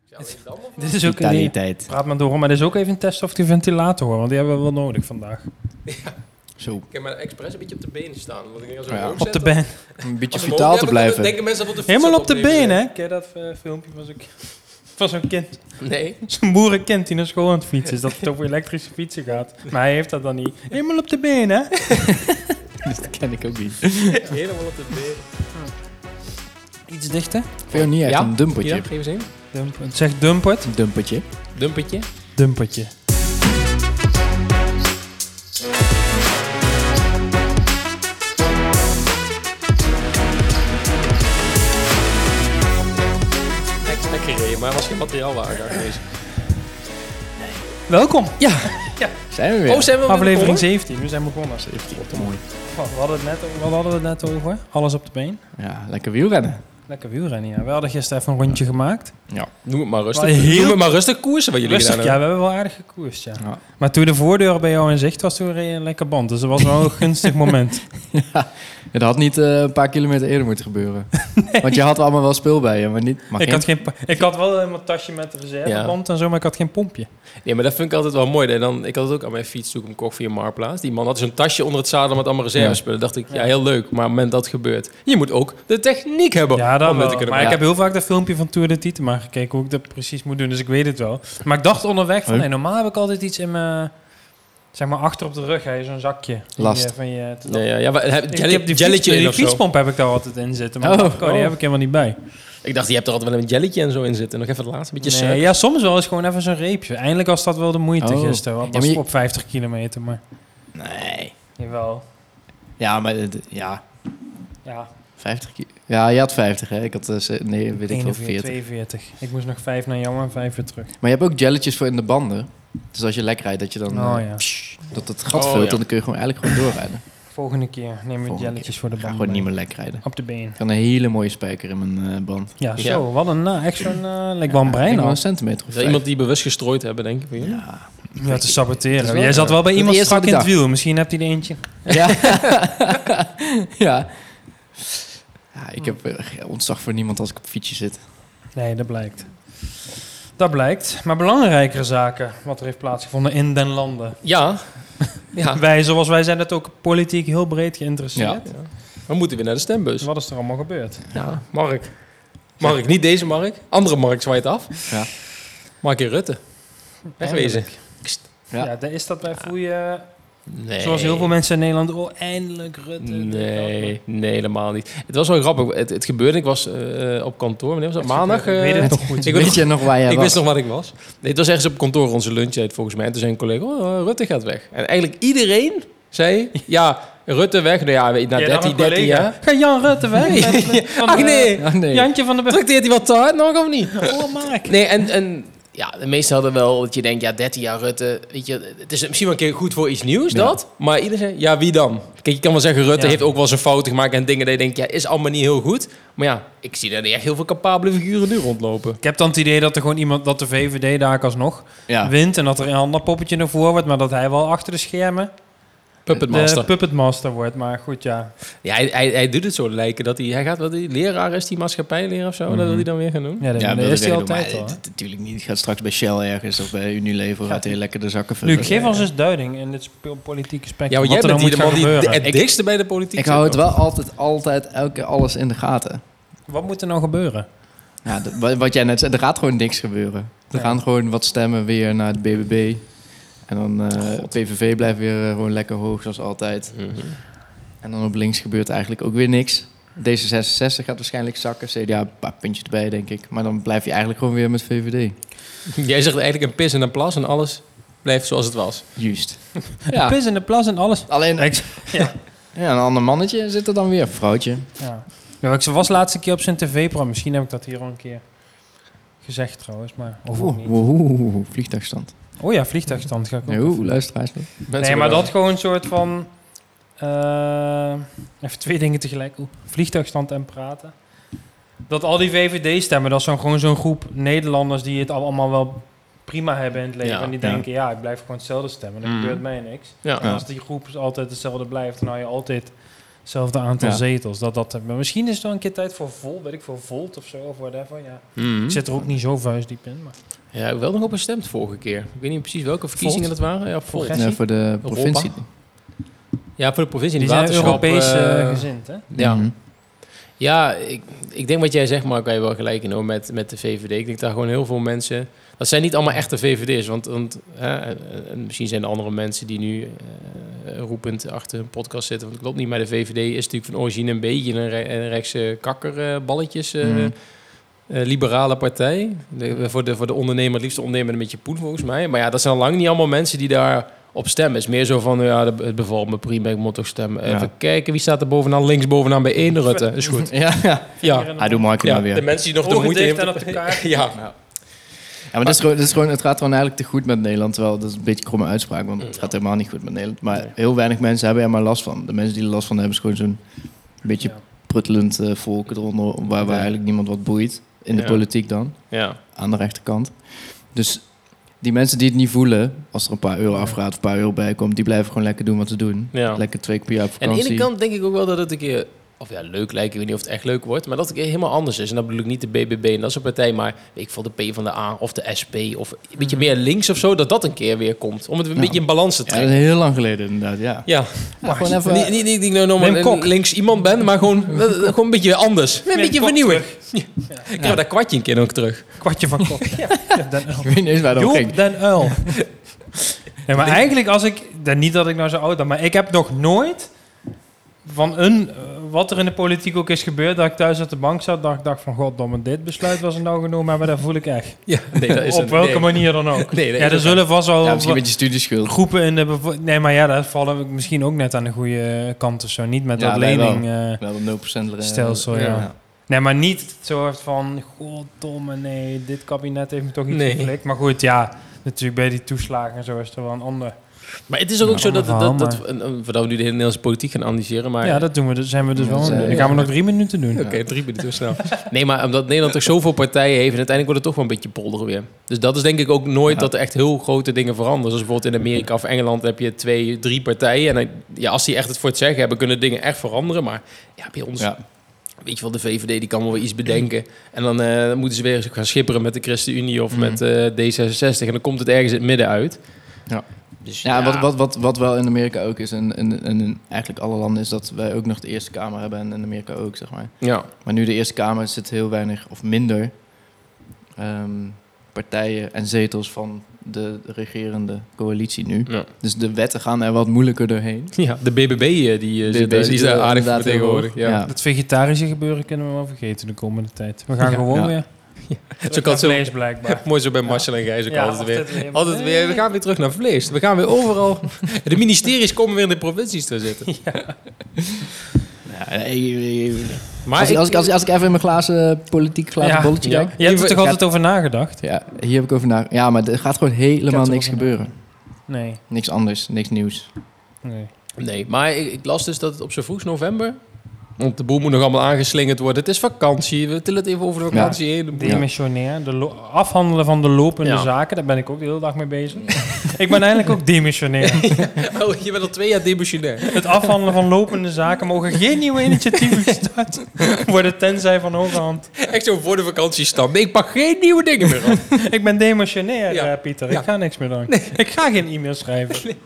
Dit is ook vitaliteit. Praat maar door, maar dit is ook even een test of die ventilator hoor, want die hebben we wel nodig vandaag. Ja. Zo. Ik heb maar expres een beetje op de benen staan. Want ik denk als ik Ja. Op de been. Een beetje als we vitaal mogen te hebben, blijven. denken mensen dat we op de fiets Helemaal aan op de het opnemen been, hè? Ken je dat filmpje van zo'n kind? zijn. Nee. Zo'n boerenkind die naar school aan het fietsen is, dat het over elektrische fietsen gaat. Maar hij heeft dat dan niet. Helemaal op de been, hè? Dat ken ik ook niet. Helemaal op de benen. Iets dichter. Vind je ook niet echt Ja? een dumpertje? Ja, geef eens een. Het zegt dumpert. Een dumpertje. Dumpertje. Dumpertje. Lekker gereden, maar er was geen materiaalwagen daar geweest. Welkom. Zijn we weer? Oh, zijn we Aflevering begonnen? 17. We zijn begonnen. 17. Mooi. Wat hadden we het net over? Alles op de been. Ja, lekker wielrennen. Lekker wielrennen, ja. We hadden gisteren even een rondje gemaakt. Ja. Noem het maar rustig. Maar heel- Noem het maar rustig koersen wat jullie Rustig, gedaan ja. We hebben. hebben wel aardig gekoerst, ja. Ja. Maar toen de voordeur bij jou in zicht was, toen reed je een lekker band. Dus dat was wel een gunstig moment. Ja, dat had niet een paar kilometer eerder moeten gebeuren. Want je had allemaal wel spul bij je, maar niet... Maar Ik had wel een tasje met de reserveband en zo, maar ik had geen pompje. Nee, maar dat vind ik altijd wel mooi. Ik had het ook aan mijn fiets toen ik hem kocht via Marktplaats. Die man had zo'n tasje onder het zadel met allemaal reservespullen. dacht ik, ja, heel leuk. Maar op het moment dat het gebeurt, je moet ook de techniek hebben Ja, dat om dit wel. te kunnen Maar ik maken. heb heel vaak dat filmpje van Tour de Tietema gekeken, hoe ik dat precies moet doen. Dus ik weet het wel. Maar ik dacht onderweg van, Huh? nee, normaal heb ik altijd iets in mijn... Zeg maar achter op de rug, hè, zo'n zakje. Last. Van je, Nee, ja, maar ik heb die jelletje in die of zo. fietspomp heb ik daar altijd in zitten. Maar die heb ik helemaal niet bij. Ik dacht, je hebt er altijd wel een jelletje en zo in zitten. Nog even het laatste beetje Nee, suiker. ja, soms wel eens gewoon even zo'n reepje. Eindelijk was dat wel de moeite Oh. gisteren. Want Ja, dat maar was je- op 50 kilometer, maar... Nee. Jawel. Ja, maar... Ja, Ja, 50 kilo. Ja, je had 50, hè? Ik had... nee, weet ik veel, 41, 40. 42. Ik moest nog 5 naar jou en 5 weer terug. Maar je hebt ook jelletjes voor in de banden. Dus als je lek rijdt, dat je dan... Oh ja. dat het gat Oh, vult, ja. dan kun je gewoon eigenlijk gewoon doorrijden. Volgende keer nemen we Volgende jelletjes voor de Ik ga band. gewoon niet meer lek rijden. Op de been. Ik had een hele mooie spijker in mijn band. Ja, Ja. zo. Wat een... echt zo'n... lijkt wel een Ik brein denk wel al. een centimeter of Is er 5. iemand die bewust gestrooid hebben, denk ik? Ja. Ja. Ja, te saboteren. Dat is wel- Jij zat wel bij Dat iemand eerste strak wat in ik het wiel. Misschien hebt hij er eentje. Ja. Ja. Ja, ik heb ontzag voor niemand als ik op fietsje zit. Nee, dat blijkt. Dat blijkt. Maar belangrijkere zaken wat er heeft plaatsgevonden in den landen. Ja. Ja. Wij, zoals wij zijn, het ook politiek heel breed geïnteresseerd. Ja. We moeten weer naar de stembus. Wat is er allemaal gebeurd? Ja, Mark. Mark, niet deze Mark. Andere Mark zwaait af. Ja. Mark in Rutte. Wegwezen. Ja. Ja, is dat bij voel je... Nee. Zoals heel veel mensen in Nederland... Oh, eindelijk Rutte. Nee, helemaal niet. Het was wel grappig. Het gebeurde, ik was op kantoor. Wanneer was dat? Maandag? Ik weet het nog goed. Ik Weet je nog waar jij ik was? wist nog wat ik was. Nee, het was ergens op kantoor onze lunchtijd volgens mij. En toen zei een collega, Rutte gaat weg. En eigenlijk iedereen zei, ja, Rutte weg. Nou ja, na 13 jaar. Ga Jan Rutte weg? Nee. Van, Ach nee, Oh, nee. Jantje van de Burg. trakteert hij wat taart nog of niet? Oh, Mark. Nee, en ja, de meesten hadden wel dat je denkt, ja, 13 jaar Rutte, weet je, het is misschien wel een keer goed voor iets nieuws, Ja. dat. Maar iedereen zei, ja, wie dan? Kijk, je kan wel zeggen, Rutte Ja. heeft ook wel zijn fouten gemaakt en dingen dat je denkt, ja, is allemaal niet heel goed. Maar ja, ik zie daar niet echt heel veel capabele figuren nu rondlopen. Ik heb dan het idee dat er gewoon iemand, dat de VVD daar alsnog Ja. wint en dat er een ander poppetje naar voren wordt, maar dat hij wel achter de schermen Puppetmaster. de puppetmaster wordt. Maar goed, ja. Ja, hij doet het zo lijken dat hij gaat, wat hij leraar is, die maatschappijleraar of zo, dat wil hij dan weer gaan doen. Ja, dat, Ja, dat wil is ik hij weer doen, altijd maar al. hè. natuurlijk niet. Ik ga straks bij Shell ergens of bij Unilever gaat hij lekker de zakken vullen. Luc, geef ons eens duiding in dit politieke Ja, spectrum. want jij wat er bent dan hier de moet man gaan die gebeuren. het dichtste bij de politiek Ik zit hou het ook. wel altijd elke keer alles in de gaten. Wat moet er nou gebeuren? Ja, wat jij net zei, er gaat gewoon niks gebeuren. Er Ja. gaan gewoon wat stemmen weer naar het BBB. En dan PVV blijft weer gewoon lekker hoog, zoals altijd. Mhm. En dan op links gebeurt eigenlijk ook weer niks. D66 gaat waarschijnlijk zakken. CDA, een paar puntjes erbij, denk ik. Maar dan blijf je eigenlijk gewoon weer met VVD. Jij zegt eigenlijk een pis en een plas en alles blijft zoals het was. Juist. Ja. Pis in de plas en alles. Alleen Ja. ja, een ander mannetje zit er dan weer. Vrouwtje. Ja. Ja, ik was laatst een keer op zijn tv-programma. Misschien heb ik dat hier al een keer gezegd trouwens, maar of ook niet. Oeh, vliegtuigstand. Oh ja, vliegtuigstand ga ik ook. Oeh, luisteraars. Nee, maar dat gewoon een soort van... even twee dingen tegelijk. Vliegtuigstand en praten. Dat al die VVD-stemmen, dat is gewoon zo'n groep Nederlanders die het allemaal wel prima hebben in het leven. Ja, en die ja. denken, ja, ik blijf gewoon hetzelfde stemmen. Dan Mm. gebeurt mij niks. Ja. En als die groep altijd hetzelfde blijft, dan hou je altijd hetzelfde aantal Ja. zetels. Maar misschien is het wel een keer tijd voor Volt of zo, of whatever. Ja. Mhm. Ik zit er ook niet zo vuistdiep in. Maar Ja, ik heb wel nog op gestemd vorige keer. Ik weet niet precies welke verkiezingen Volt? dat waren. Ja, Volt. Progressie? voor de provincie. Ja, voor de provincie. die Die zijn waterschap, Europees gezind, hè? Ja, Mhm. ja ik denk wat jij zegt, Mark, waar je wel gelijk in hoor, met de VVD. Ik denk daar gewoon heel veel mensen... Dat zijn niet allemaal echte VVD'ers, want en misschien zijn er andere mensen die nu roepend achter een podcast zitten. Want dat klopt niet, maar de VVD is natuurlijk van origine een beetje een rechtse kakkerballetjes... liberale partij. Voor de ondernemer, het liefst de ondernemer een beetje poen volgens mij. Maar ja, dat zijn al lang niet allemaal mensen die daar op stemmen. Het is meer zo van, ja, het bevalt me prima, ik moet toch stemmen. Ja. Even kijken, wie staat er bovenaan, links bovenaan bij één Rutte. Is goed. Ja. Ja, Hij doet Mark ja nou weer. de mensen die nog de Ogen moeite dicht hebben. en op de kaart. Ja. Ja, maar dat is gewoon, het gaat gewoon eigenlijk te goed met Nederland. Terwijl dat is een beetje een kromme uitspraak, want het gaat helemaal niet goed met Nederland. Maar Nee. heel weinig mensen hebben er maar last van. De mensen die er last van hebben, is gewoon zo'n beetje Ja. pruttelend volk eronder, waar eigenlijk niemand wat boeit. In de Ja. politiek dan, Ja. aan de rechterkant. Dus die mensen die het niet voelen, als er een paar euro afgaat of een paar euro bij komt, die blijven gewoon lekker doen wat ze doen. Ja. Lekker 2 keer per jaar op En aan de vakantie. ene kant denk ik ook wel dat het een keer... Of ja, leuk lijkt, ik weet niet of het echt leuk wordt... maar dat het een keer helemaal anders is. En dat bedoel ik niet de BBB en dat soort partij... maar weet ik veel, de PvdA of de SP... of een beetje meer links of zo... dat een keer weer komt. Om het een Ja. beetje in balans te Ja, dat trekken. is heel lang geleden inderdaad, ja. Ja, Ja, gewoon even... niet dat ik nou nog Neem maar Kok. links iemand ben... maar gewoon een beetje anders. Een beetje Kok vernieuwing. terug. Ik krijg dat kwartje een keer nog terug. Kwartje van Kok. Den Uyl. Ik weet niet eens waar dat om ging. Joep den Uyl. Nee, maar eigenlijk als ik... Niet dat ik nou zo oud ben, maar ik heb nog nooit... van wat er in de politiek ook is gebeurd... dat ik thuis op de bank zat, dacht van... Goddomme, dit besluit was er nou genomen... maar dat voel ik echt. Ja, nee, dat is Op het. welke Nee. manier dan ook. Nee, dat Ja, is er het. zullen vast wel Ja, misschien met je studieschuld. groepen in de... Nee, maar ja, daar vallen we misschien ook net aan de goede kant of zo. Niet met Ja, dat wij wel. lening... Wel een 0% stelsel, ja. ja. Nee, maar niet zo van... Goddomme, nee, dit kabinet heeft me toch iets Nee. geflikt. Maar goed, ja, natuurlijk bij die toeslagen en zo is er wel een ander... Maar het is ook zo dat... verhaal, Voordat we nu de hele Nederlandse politiek gaan analyseren... maar Ja, dat doen we. Dat zijn we dus Ja, wel. dat is, Dan gaan we nog 3 minuten doen. Oké, 3 minuten snel. Nee, maar omdat Nederland toch zoveel partijen heeft... en uiteindelijk wordt het toch wel een beetje polderen weer. Dus dat is denk ik ook nooit Ja. dat er echt heel grote dingen veranderen. Zoals bijvoorbeeld in Amerika of Engeland heb je 2, 3 partijen. En dan, ja, als die echt het voor het zeggen hebben... kunnen dingen echt veranderen. Maar ja, bij ons... Ja. Weet je wel, de VVD die kan wel weer iets bedenken. En dan moeten ze weer gaan schipperen met de ChristenUnie... of met D66. En dan komt het ergens in het midden uit. Ja. Dus Ja, wat wel in Amerika ook is, en in eigenlijk alle landen, is dat wij ook nog de Eerste Kamer hebben en in Amerika ook, zeg maar. Ja. Maar nu de Eerste Kamer zit heel weinig of minder partijen en zetels van de regerende coalitie nu. Ja. Dus de wetten gaan er wat moeilijker doorheen. Ja, de BBB die is daar aardig voor tegenwoordig. Ja. Het vegetarische gebeuren kunnen we wel vergeten de komende tijd. We gaan Ja. gewoon Ja. weer. Zo kan het zo, vlees blijkbaar. mooi zo bij Marcel en Gijs ook Ja, altijd weer. weer. Altijd weer, we gaan weer terug naar vlees. We gaan weer overal... De ministeries komen weer in de provincies te zitten. Ja, Maar als ik even in mijn politiek glazen bolletje ja. kijk. Je hebt er toch Gaat- altijd over nagedacht? Ja, hier heb ik over na. Ja, maar er gaat gewoon helemaal er niks over gebeuren. Nee. Niks anders, niks nieuws. Nee. Nee, maar ik las dus dat het op z'n vroegst november... Want de boel moet nog allemaal aangeslingerd worden. Het is vakantie. We tillen het even over de vakantie heen. Demissionair. Afhandelen van de lopende Ja. zaken. Daar ben ik ook de hele dag mee bezig. Ik ben eigenlijk ook demissionair. Oh, je bent al 2 jaar demissionair. Het afhandelen van lopende zaken mogen geen nieuwe initiatieven gestart worden, tenzij van hoge hand. Echt zo voor de vakantiestand. Nee, ik pak geen nieuwe dingen meer op. Ik ben demissionair, Ja. Pieter. Ja. Ik ga niks meer doen. Ik ga geen e-mail schrijven.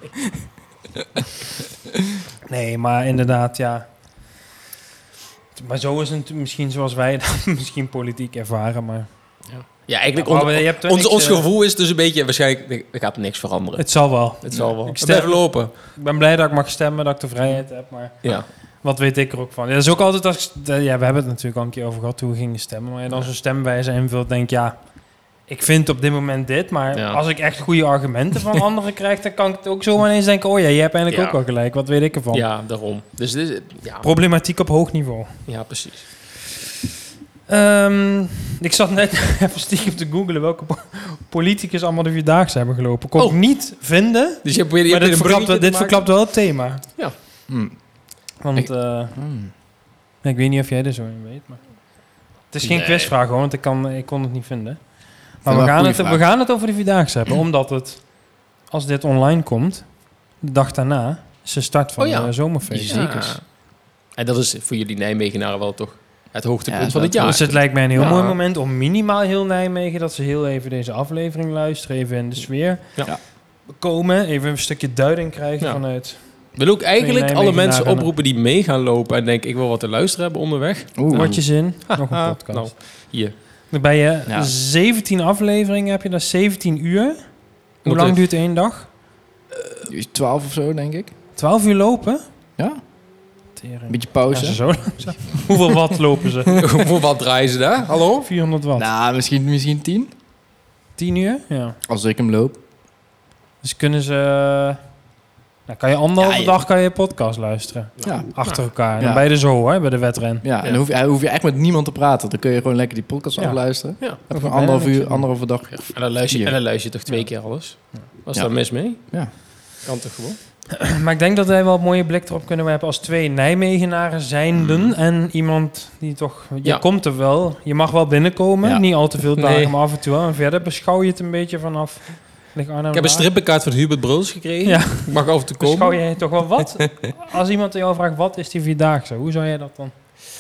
Nee, maar inderdaad, ja. Maar zo is het misschien zoals wij het misschien politiek ervaren, maar... Ja, eigenlijk Maar je hebt toch ons niks, gevoel is dus een beetje... Waarschijnlijk, er gaat niks veranderen. Het zal wel. Het zal wel. Ik Ik stem- blijf lopen. Ik ben blij dat ik mag stemmen, dat ik de vrijheid heb, maar Ja. wat weet ik er ook van? Ja, dat is ook altijd als ja, we hebben het natuurlijk al een keer over gehad hoe we gingen stemmen, maar je dan zo'n stemwijze invult, denk ik, ja, ik vind op dit moment dit, maar Ja. als ik echt goede argumenten van anderen krijg, dan kan ik het ook zomaar ineens denken, oh ja, je hebt eigenlijk Ja. ook wel gelijk, wat weet ik ervan? Ja, daarom. Dus dit is... Ja, Problematiek op hoog niveau. ja, precies. Ik zat net even stiekem te googlen welke politicus allemaal de Vierdaagse hebben gelopen. Kon ik Oh. niet vinden, Dus je probeert maar een bruggetje te dit maken. verklapt wel het thema. Hmm. Want ik weet niet of jij er zo in weet, maar... Het is geen Nee. quizvraag hoor, want ik kon het niet vinden. Maar wel we een gaan, goede we vraag. gaan het over de Vierdaagse hebben, omdat het, als dit online komt, de dag daarna, is de start van Oh ja. de zomerfeest. Ja. Zeker. En dat is voor jullie Nijmegenaren wel toch het hoogtepunt Ja, van het jaar. Dus het lijkt mij een heel Ja. mooi moment om minimaal heel Nijmegen... dat ze heel even deze aflevering luisteren, even in de sfeer Ja. komen. Even een stukje duiding krijgen Ja. vanuit... Ik wil ook eigenlijk Twee alle mensen Nijmegenaren. oproepen die mee gaan lopen en denken, ik wil wat te luisteren hebben onderweg. Watjes in, nog een Haha, podcast. nou, hier. Dan ben je Ja. 17 afleveringen, heb je dan 17 uur. Hoe Moet lang het- duurt één dag? 12 of zo, denk ik. 12 uur lopen? Ja, Tering. een beetje Ja, pauze. ze zo langzaam. Hoeveel watt lopen ze? Voor wat draaien ze daar? Hallo? 400 watt. Nou, misschien 10. 10 uur? Ja. Als ik hem loop. Dus kunnen ze... Nou, kan je anderhalve Ja, dag kan je podcast luisteren. Ja. Achter elkaar. En Ja. dan ben je er zo, hè, bij de wedren. Ja, en dan hoef je echt met niemand te praten. Dan kun je gewoon lekker die podcast Ja. afluisteren. Ja. Heb je Over anderhalve dag. En dan luister je, Vier. en dan luister je toch 2 keer alles? Was Ja. daar mis mee? Ja. Kan toch gewoon? Maar ik denk dat wij wel een mooie blik erop kunnen hebben als 2 Nijmegenaren zijnden. En iemand die toch... Je Ja. komt er wel. Je mag wel binnenkomen. Ja. Niet al te veel dagen, Nee. maar af en toe wel. En verder beschouw je het een beetje vanaf... Ligt Arnhem Ik heb een laag. strippenkaart van Hubert Bruls gekregen. Ja. Ik mag af en toe komen. Beschouw jij toch wel wat? Als iemand jou vraagt, wat is die Vierdaagse? Hoe zou jij dat dan...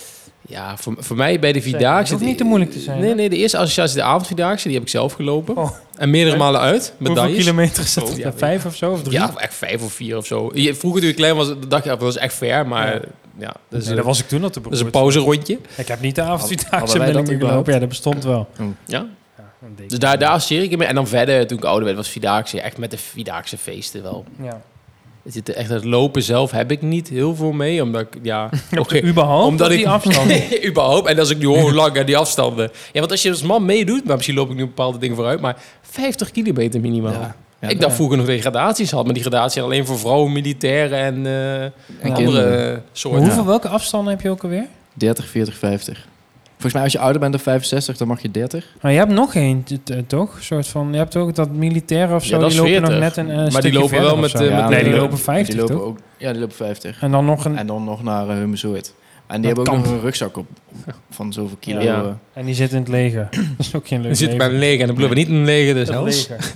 Ja, voor mij bij de Het Vierdaagse... hoeft niet te moeilijk te zijn. Nee, hè? nee, de eerste associatie de avondvierdaagse, die heb ik zelf gelopen. Oh. En meerdere malen uit. Hoeveel Medailles. kilometer is dat? Oh, ja, 5 of zo? Of 3? Ja, echt 5 of 4 of zo. Vroeger toen ik klein was, dacht ik, dat was echt ver. Maar ja, dat is, Nee, dat was ik toen al te dat is een beroerd. pauze-rondje. Ik heb niet de Hadden avondvierdaagse wij dat melding überhaupt? gelopen. Ja, dat bestond wel. Ja. Ja, dan deed Dus ik daar het. associeer ik mee. En dan verder, toen ik ouder werd, was Vierdaagse. Echt met de Vierdaagse feesten wel. Ja. Echt het lopen zelf heb ik niet heel veel mee. Omdat ik, ja... oké, Überhaupt omdat op die ik afstand. Nee, überhaupt. En als ik nu hoor hoe lang die afstanden. Ja, want als je als man meedoet, maar misschien loop ik nu bepaalde dingen vooruit, maar 50 kilometer minimaal. Ja. Ja, Ik dacht vroeger nog dat je gradaties had, maar die gradatie alleen voor vrouwen, militairen en andere kinderen. soorten. Hoeveel, welke afstanden heb je ook alweer? 30, 40, 50. Volgens mij als je ouder bent dan 65, dan mag je 30. Maar je hebt nog één, toch? Een soort van, je hebt ook dat militair of zo, Ja, dat die is lopen nog 40. net een Maar die stukje lopen verder wel of met, zo. met nee, die de- lopen 50, die lopen toch? ook, ja, die lopen 50. En dan nog een... En dan nog naar Hummersoort. En die Dat hebben ook kan. nog een rugzak op van zoveel kilo. Ja. En die zit in het leger. Dat is ook geen leuk Je zit bij leven. een leger en dan blijven we niet in een leger, dus Dat hels. leger.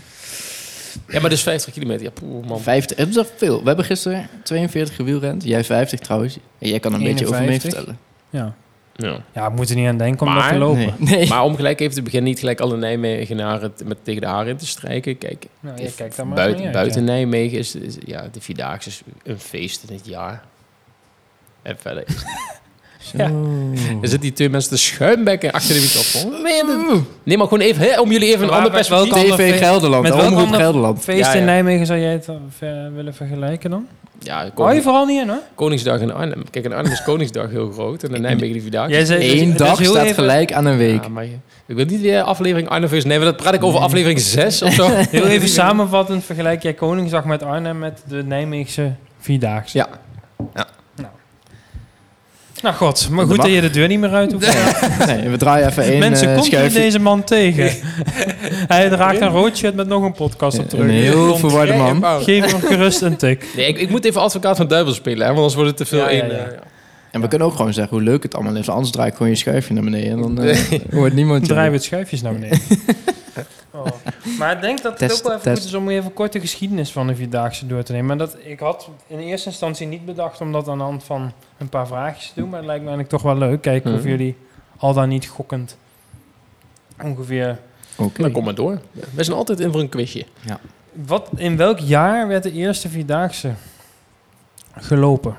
Ja, maar dus 50 kilometer. Ja, poeh, man. 50, het is al veel. We hebben gisteren 42 gewielrend. Jij 50 trouwens. En jij kan een beetje over mee 51. vertellen. Ja. Ja. Ja, we moeten niet aan denken om Maar- dat te lopen. Nee. nee. Maar om gelijk even te beginnen, niet gelijk alle Nijmegenaren tegen de haren in te strijken. Kijk, Nou, je kijkt daar maar eens buiten, naar buiten uit, Nijmegen is ja, de Vierdaagse is een feest in het jaar. En verder Zo. er zitten die 2 mensen te schuimbekken achter de microfoon. Nee, maar gewoon even, hè, om jullie even een Maar ander met welk perspectief... ander TV Gelderland. Met de welk Omroep ander Gelderland. Feest Ja, ja. in Nijmegen zou jij het willen vergelijken dan? Ja, Hou je vooral niet in, hoor. Koningsdag in Arnhem. Kijk, in Arnhem is Koningsdag heel groot. En in Nijmegen die Vierdaagse. Jij zei, Eén het is dag heel staat even- gelijk aan een week. Ja, maar ik wil niet weer aflevering Arnhem versus... Nee, maar dat praat ik over aflevering 6 of zo. Heel even samenvattend vergelijk jij Koningsdag met Arnhem met de Nijmeegse Vierdaagse. Ja. Nou god, maar Dat goed mag. dat je de deur niet meer uit hoeft. Nee, we draaien even één Mensen, komt u schuifje. deze man tegen? Hij draagt een rood shirt met nog een podcast op terug. Een heel Komt- verwarde man. Geef hem gerust een tik. Nee, ik moet even advocaat van duivel spelen, hè, want anders wordt het te veel Ja, ja, in. ja. En we kunnen ook gewoon zeggen hoe leuk het allemaal is. Anders draai ik gewoon je schuifje naar beneden. En dan hoort niemand je. Draaien we het schuifjes naar beneden. Oh. Maar ik denk dat het Test, ook wel even test. goed is om even kort de geschiedenis van de Vierdaagse door te nemen. Maar ik had in eerste instantie niet bedacht om dat aan de hand van een paar vraagjes te doen. Maar het lijkt me eigenlijk toch wel leuk. Kijken of Mhm. jullie al dan niet gokkend ongeveer... Oké. Dan kom maar door. We zijn altijd in voor een quizje. In welk jaar werd de eerste Vierdaagse gelopen?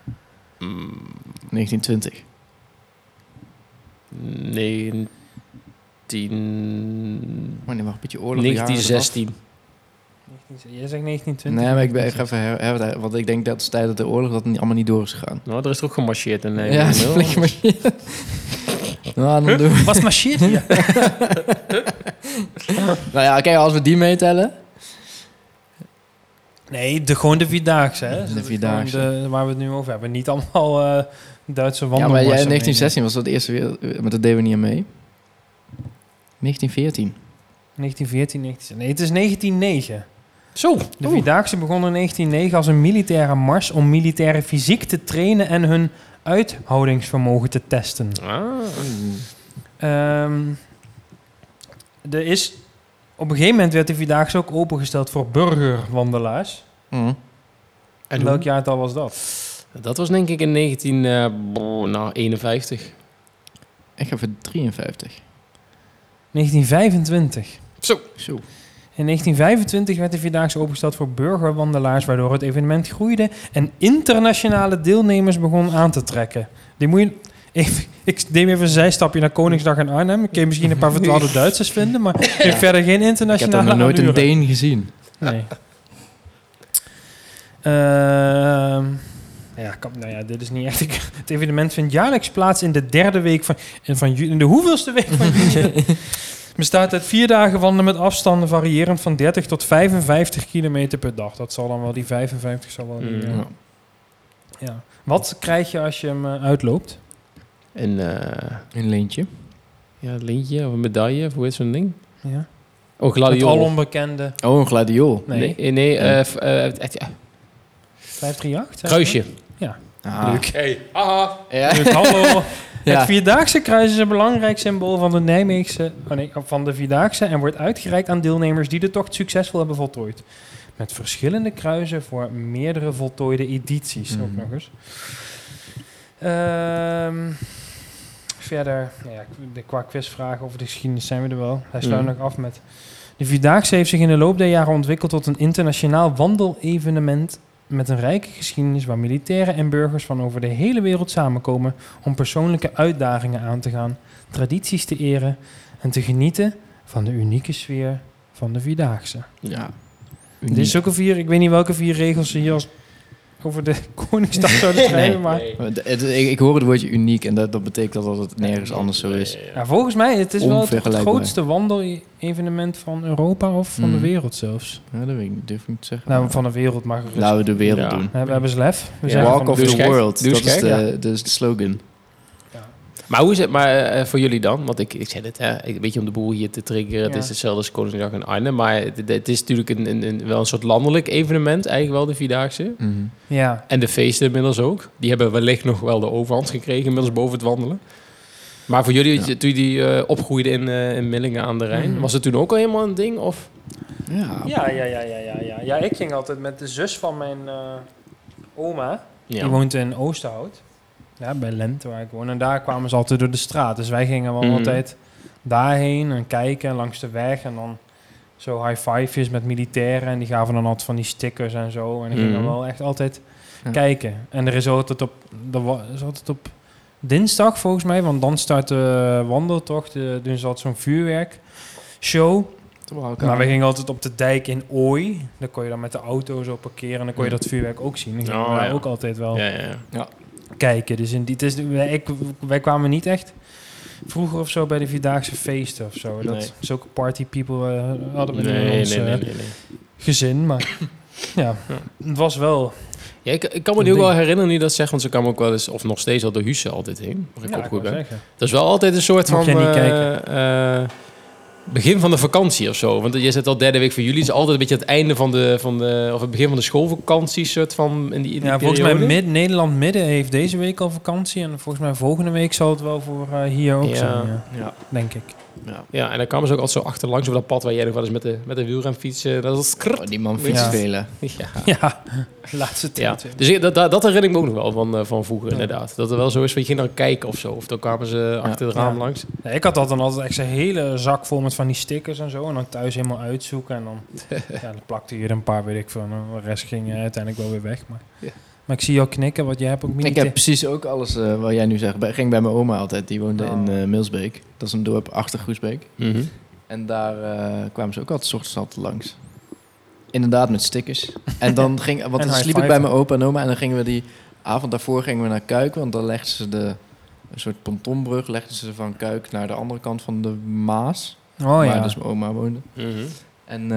1920. Maar nee, mag een beetje oorlog. 1916. Jij zegt 1920. Nee, maar ik ga even want ik denk dat is tijdens de oorlog dat het allemaal niet door is gegaan. Nou, er is toch ook gemarcheerd in Ja, Nijmegen. flink maar. Nou, dan doen we. Wat marcheert hier? Nou ja, kijk, als we die meetellen. Nee, gewoon de Vierdaagse. Hè? Dus De dat is Vierdaagse. gewoon waar we het nu over hebben. Niet allemaal Duitse Ja, maar wandelmarsen. jij in 1916 was dat de eerste wereld, maar dat deden we niet aan mee. 1914. 1914, 19... Nee, het is 1909. Zo. De Vierdaagse begon in 1909 als een militaire mars om militairen fysiek te trainen en hun uithoudingsvermogen te testen. Er is... Op een gegeven moment werd de Vierdaagse ook opengesteld voor burgerwandelaars. Mm. En Welk jaartal was dat? Dat was denk ik in 1951. Ik ga voor 53. 1925. Zo. In 1925 werd de Vierdaagse opengesteld voor burgerwandelaars, waardoor het evenement groeide en internationale deelnemers begon aan te trekken. Die moet je... Ik neem even een zijstapje naar Koningsdag in Arnhem. Ik kan misschien een paar verdwaalde Duitsers vinden, maar ik heb verder geen Ik heb internationale nog nooit een allure. Deen gezien. Nee. Dit is niet echt... Het evenement vindt jaarlijks plaats in de derde week van juli. In de hoeveelste week van juli? Bestaat uit 4 dagen wandelen met afstanden variërend van 30 tot 55 kilometer per dag. Dat zal dan wel, die 55 zal wel niet... Ja. Wat krijg je als je hem uitloopt? Een leentje. Een lintje of een medaille, of hoe heet zo'n ding? Ja. Oh, Het gladiool. al onbekende... Oh, een gladiool. Nee, 538? Kruisje. Ah. Leuk. Hey, haha. Ja. Leuk, hallo. Ja. Het Vierdaagse kruis is een belangrijk symbool van van de Vierdaagse en wordt uitgereikt aan deelnemers die de tocht succesvol hebben voltooid. Met verschillende kruisen voor meerdere voltooide edities ook nog eens. Verder, qua quizvragen over de geschiedenis zijn we er wel. Hij sluit nog af met... De Vierdaagse heeft zich in de loop der jaren ontwikkeld tot een internationaal wandelevenement met een rijke geschiedenis waar militairen en burgers van over de hele wereld samenkomen om persoonlijke uitdagingen aan te gaan, tradities te eren en te genieten van de unieke sfeer van de Vierdaagse. Ja. Dit is ook ik weet niet welke 4 regels ze hier over de Koningsdag zouden schrijven, maar... Ik hoor het woordje uniek en dat betekent dat het nergens anders zo is. Ja, volgens mij, het is wel het Onvergelijkbaar. grootste wandelevenement van Europa of van de wereld zelfs. Ja, dat weet ik niet, durf ik niet te zeggen. Nou, van de wereld mag gerust. Laten we de wereld doen. We hebben ze lef. We Ja. zeggen Walk van of de the gek. world, Doe dat eens is gek, de slogan. Maar hoe is het voor jullie dan? Want ik zei het, een beetje om de boel hier te triggeren. Ja. Het is hetzelfde als Koningsdag in Arnhem. Maar het is natuurlijk wel een soort landelijk evenement. Eigenlijk wel de Vierdaagse. Ja. En de feesten inmiddels ook. Die hebben wellicht nog wel de overhand gekregen. Inmiddels boven het wandelen. Maar voor jullie, toen jullie opgroeiden in Millingen aan de Rijn. Was het toen ook al helemaal een ding? Of? Ja, ik ging altijd met de zus van mijn oma. Ja. Die woont in Oosterhout. Ja, bij Lente waar ik woon. En daar kwamen ze altijd door de straat. Dus wij gingen wel altijd daarheen en kijken langs de weg. En dan zo high-fivejes met militairen. En die gaven dan altijd van die stickers en zo. En dan gingen we wel echt altijd kijken. En er is altijd op dinsdag volgens mij. Want dan start de wandeltocht. Doen ze altijd zo'n vuurwerkshow. Maar we gingen altijd op de dijk in Ooi. Daar kon je dan met de auto zo parkeren. En dan kon je dat vuurwerk ook zien. Dan gingen we daar ook altijd wel kijken. Dus wij kwamen niet echt vroeger of zo bij de Vierdaagse feesten of zo. Dat zulke party people hadden we in ons gezin. Maar ja, het was wel... Ja, ik kan me nu ook wel herinneren nu dat zegt, want ze kwamen ook wel eens, of nog steeds al de Husse altijd heen. Waar ik opgegroeid ben. Dat is wel altijd een soort Mocht van... jij niet kijken? Begin van de vakantie of zo. Want je zit al derde week voor jullie. Het is altijd een beetje het einde van de of het begin van de schoolvakantie soort van in die volgens periode. mij Nederland Midden heeft deze week al vakantie. En volgens mij volgende week zal het wel voor hier ook zijn. Ja. Denk ik. Ja, en dan kwamen ze ook altijd zo achterlangs over dat pad waar jij nog wel eens met de wielren fietsen. Dat is die man fietst velen. Ja, laatste tijd. Ja. Dus dat herinner ik me ook nog wel van vroeger inderdaad. Dat er wel zo is, je ging dan kijken of zo. Of dan kwamen ze achter het raam langs. Ja, ik had dan altijd echt een hele zak vol met van die stickers en zo. En dan thuis helemaal uitzoeken. En dan, dan plakte je er een paar, weet ik veel. En de rest ging uiteindelijk wel weer weg. Maar ik zie jou knikken, want jij hebt ook Ik heb precies ook alles wat jij nu zegt. Ging bij mijn oma altijd. Die woonde in Milsbeek. Dat is een dorp achter Groesbeek. En daar kwamen ze ook altijd 's ochtends altijd langs. Inderdaad, met stickers. En dan dan sliep ik bij mijn opa en oma. En dan gingen we die avond daarvoor naar Kuik. Want dan legden ze een soort pontonbrug. Legden ze van Kuik naar de andere kant van de Maas. Waar dus mijn oma woonde. En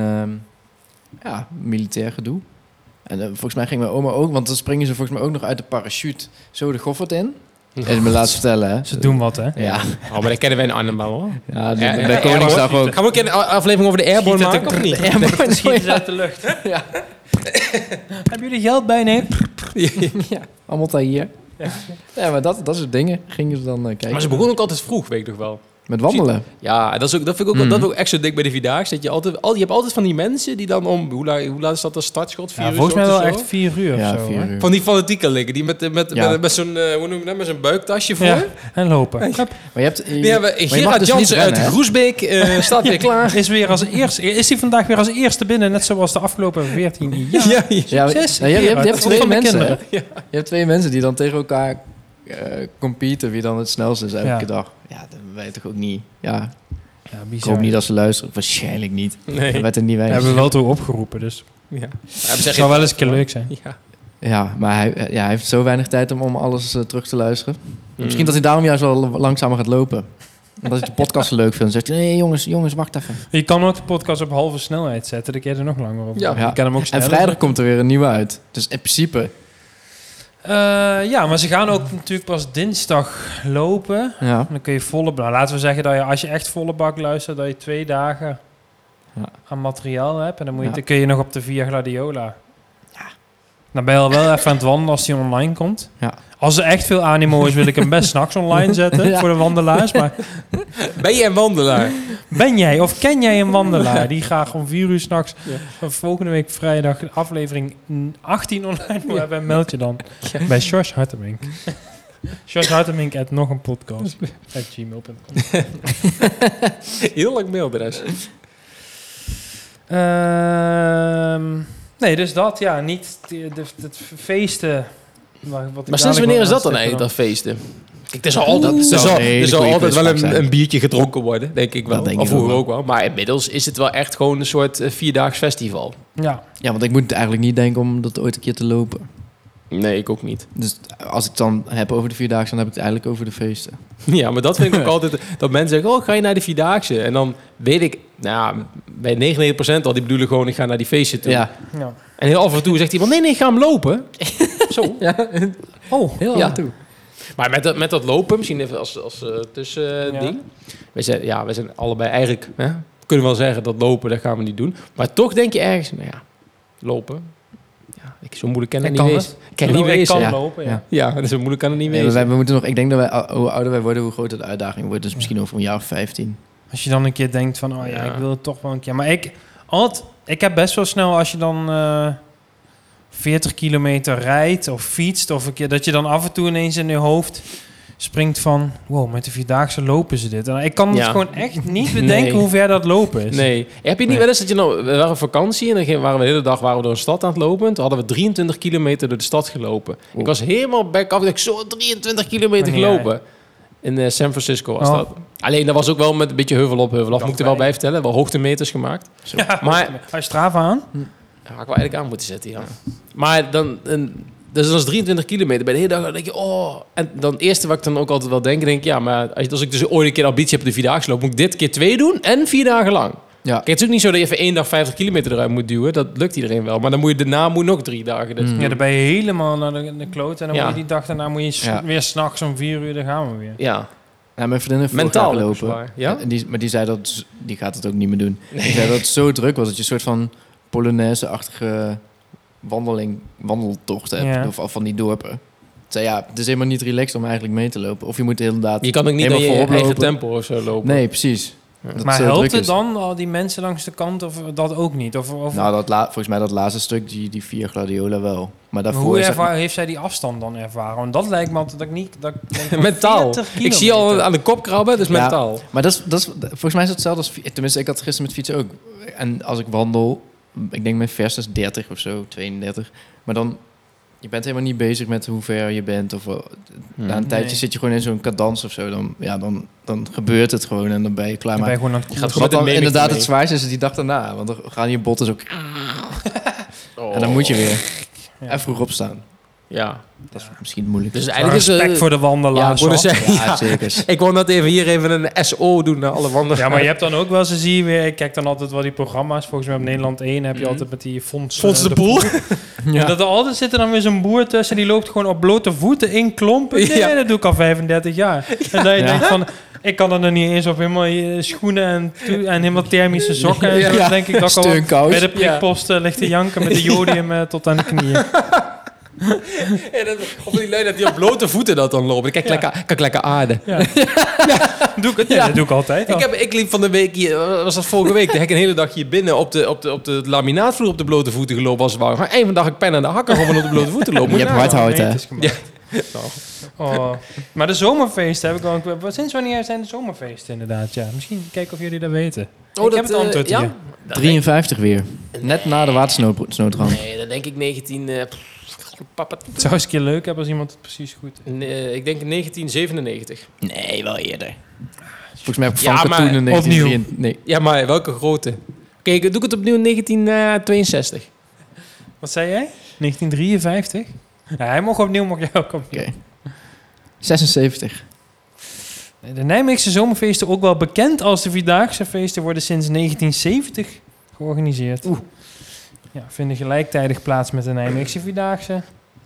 militair gedoe. En volgens mij ging mijn oma ook, want dan springen ze volgens mij ook nog uit de parachute zo de Goffert in. En me laten vertellen, hè. Ze doen wat, hè? Ja. Maar dat kennen wij in Arnhem wel, hoor. Ja, bij Koningsdag ook. Gaan we ook een aflevering over de Airborne maken, of niet? Airborne schieten ze uit de lucht. Ja. Hebben jullie geld bij? Nee. Ja, allemaal daar hier. Ja, maar dat soort dingen gingen ze dan kijken. Maar ze begonnen ook altijd vroeg, weet ik nog wel. Met wandelen. Ja, dat vind ik ook, dat ook echt zo dik bij de Vierdaagse. Dat je hebt altijd van die mensen die dan om... Hoe laat is dat de startschot? 4 uur? Volgens mij wel of zo? echt 4 uur of Ja, zo. 4 Hè? uur. Van die fanatieken liggen. Die met zo'n... hoe noem je dat? Met zo'n buiktasje voor. Ja, en lopen. Maar je hebt... Die hebben je mag Gerard dus Jansen niet uit rennen, hè? Groesbeek staat weer klaar. Is hij vandaag weer als eerste binnen, net zoals de afgelopen 14 jaar? Ja, Zes. je hebt twee Van de mensen. kinderen. Je hebt twee mensen die dan tegen elkaar competen wie dan het snelste is elke dag. Ja, dat weet toch ook niet. Ja, Ja, ik bizar. hoop niet dat ze luisteren. Waarschijnlijk niet. Nee. Dat werd er niet We weinig. hebben wel toe opgeroepen, dus Ja. het zou wel eens een keer leuk zijn. Ja. Ja, maar hij heeft zo weinig tijd om alles terug te luisteren. Mm. Misschien dat hij daarom juist wel langzamer gaat lopen. Omdat hij de podcast leuk vindt. Dan zegt hij, nee jongens, wacht even. Je kan ook de podcast op halve snelheid zetten, dan kun je er nog langer op. Ja. Je kan hem ook En sneller vrijdag zetten. komt er weer een nieuwe uit. Dus in principe... Ja, maar ze gaan ook natuurlijk pas dinsdag lopen. Ja. Dan kun je volle... Nou, laten we zeggen dat je, als je echt volle bak luistert, dat je 2 dagen aan materiaal hebt. En dan kun je nog op de Via Gladiola. Ja. Dan ben je al wel even aan het wandelen als die online komt. Ja. Als er echt veel animo is, wil ik hem best 's nachts online zetten voor de wandelaars. Maar Ben je een wandelaar? ben jij of ken jij een wandelaar die graag om 4 uur 's nachts van volgende week vrijdag aflevering 18 online wil hebben? Meld je dan bij George Hartemink. George Hartemink at nog een podcast @gmail.com. Heel lang mailadres. Nee, dus dat, ja, niet het feesten. Maar sinds wanneer is dat dan eigenlijk, dat feesten? Kijk, er zal altijd wel een biertje gedronken worden, denk ik wel. Dat denk ik of vroeger wel. ook wel. Maar inmiddels is het wel echt gewoon een soort 4-daags festival. Ja, Ja, want ik moet eigenlijk niet denken om dat ooit een keer te lopen. Nee, ik ook niet. Dus als ik het dan heb over de 4-daagse, dan heb ik het eigenlijk over de feesten. Ja, maar dat vind ik ook altijd... Dat mensen zeggen, oh, ga je naar de 4-daagse? En dan weet ik, nou, bij 99% al, die bedoelen gewoon, ik ga naar die feesten toe. Ja, ja. En heel af en toe zegt iemand, nee, ga hem lopen. Zo. ja. Oh, Heel Ja. af en toe. Maar met dat lopen, misschien even als tussending. Ja. Wij zijn allebei eigenlijk... Hè, kunnen wel zeggen dat lopen, dat gaan we niet doen. Maar toch denk je ergens, nou ja, lopen... Ja, zo moeilijk kan het Ik niet kan wezen. het. Kan het niet ik wezen. kan ja. lopen, ja. Ja. Ja, zo moeilijk kan het niet Nee, wezen. we moeten nog, ik denk dat wij, hoe ouder wij worden, hoe groter de uitdaging wordt. Dus misschien over een jaar of 15. Als je dan een keer denkt van, oh ja, Ja. ik wil het toch wel een keer. Maar ik heb best wel snel, als je dan 40 kilometer rijdt of fietst, of een keer dat je dan af en toe ineens in je hoofd springt van, wow, met de 4-daagse lopen ze dit. En ik kan het gewoon echt niet bedenken hoe ver dat lopen is. Nee. Heb je niet wel eens dat je nou... We waren op vakantie en dan waren we de hele dag door een stad aan het lopen. Toen hadden we 23 kilometer door de stad gelopen. Ik was helemaal back af. Ik dacht, zo 23 kilometer Wanneer? gelopen. In San Francisco was Oh. dat. Alleen dat was ook wel met een beetje heuvel op, heuvel af. Moet ik er wel bij vertellen. Wel hoogtemeters gemaakt. Ja, Maar hij Strava aan. ja, had ik wel eigenlijk aan moeten zetten, ja. Maar dan... Dus dat is 23 kilometer. Bij de hele dag dan denk je, oh... En dan het eerste wat ik dan ook altijd wel denk ja, maar als ik dus ooit een keer ambitie heb op de 4-daagse loop, moet ik dit keer 2 doen en 4 dagen lang. Ja. Kijk, het is ook niet zo dat je even 1 dag 50 kilometer eruit moet duwen. Dat lukt iedereen wel. Maar dan moet je daarna nog 3 dagen. Dat Ja, dan ben je helemaal naar de kloot. En dan Ja. moet je die dag daarna moet je weer s'nachts om 4 uur, dan gaan we weer. Ja, Ja, mijn vriendin heeft mentaal vorig jaar ook gelopen. zwaar. Ja? Maar die zei dat... Die gaat het ook niet meer doen. Die zei dat het zo druk was dat je een soort van Polonaise-achtige wandeltocht hebt. Ja. Of van die dorpen. Ik zei, ja, het is helemaal niet relaxed om eigenlijk mee te lopen. Of je moet inderdaad... Je kan ook niet helemaal naar je voorop eigen lopen. tempo of zo lopen. Nee, precies. Ja. Dat Maar het helpt druk het is. dan, al die mensen langs de kant, of dat ook niet? Of Nou, volgens mij dat laatste stuk, die 4 Gladiola wel. Maar daarvoor hoe is het- heeft zij die afstand dan ervaren? Want dat lijkt me altijd dat ik niet... Dat ik denk van Mentaal. 40 Ik zie al kilometer. aan de kop krabben, dus Ja. mentaal. Maar volgens mij is het hetzelfde als... Tenminste, ik had gisteren met fietsen ook. En als ik wandel, ik denk mijn vers is 30 of zo, 32. Maar dan... Je bent helemaal niet bezig met hoe ver je bent. Of na een tijdje Nee. zit je gewoon in zo'n cadans of zo. Dan gebeurt het gewoon en dan ben je klaar. Dan ben Maar je gewoon aan het gaat koersen. met wat een dan mimic inderdaad mee. het zwaarste is die dag daarna. Want dan gaan je botten zo... Oh. En dan moet je weer. Ja. En vroeg opstaan. Ja. Dat is misschien moeilijk. Dus eigenlijk is... Respect voor de ja, wandelaars. ik wou net hoor. zeggen, ja, ja. zeker. Ik wou net even een SO doen naar alle wandelaars. Ja, maar je hebt dan ook wel eens, zie je weer, ik kijk dan altijd wel die programma's, volgens mij op Nederland 1 heb je altijd met die Fons de Poel. En dat er altijd zit er dan weer zo'n boer tussen, die loopt gewoon op blote voeten in klompen. Nee, Ja. dat doe ik al 35 jaar. En dat je Ja. denkt van, ik kan er nog niet eens op helemaal schoenen en helemaal thermische sokken. En zo. Ja. Dan denk ik dat ik al Steunkous. bij de prikpost ligt te janken met de jodium tot aan de knieën. Of die lui dat die op blote voeten dat dan lopen. Dan kan ik lekker aarden. Ja. Doe ik het? Ja, dat doe ik altijd al. Ik liep van de week hier, was dat vorige week, heb ik een hele dag hier binnen op de laminaatvloer op de blote voeten gelopen als het ware. Maar één van dag ik pen aan de hakken gewoon op de blote voeten lopen. Je hebt hardhout, hè? Ja. Oh. Maar de zomerfeesten heb ik al... Sinds wanneer zijn de zomerfeesten inderdaad? Ja, misschien kijken of jullie dat weten. Ik heb het antwoord hier. 53 weer. Net na de watersnoodramp. Nee, dan denk ik 19... Het zou eens een keer leuk hebben als iemand het precies goed... ik denk 1997. Nee, wel eerder. Volgens mij heb ik Ja, van maar toen in opnieuw. 19... Nee. Ja, maar welke grote? Kijk, doe ik het opnieuw in 1962. Wat zei jij? 1953? Ja, hij mocht opnieuw, mocht jij ook opnieuw. Oké. 76. De Nijmeegse zomerfeesten, ook wel bekend als de Vierdaagse feesten, worden sinds 1970 georganiseerd. Ja, vinden gelijktijdig plaats met de Nijmeegse Vierdaagse.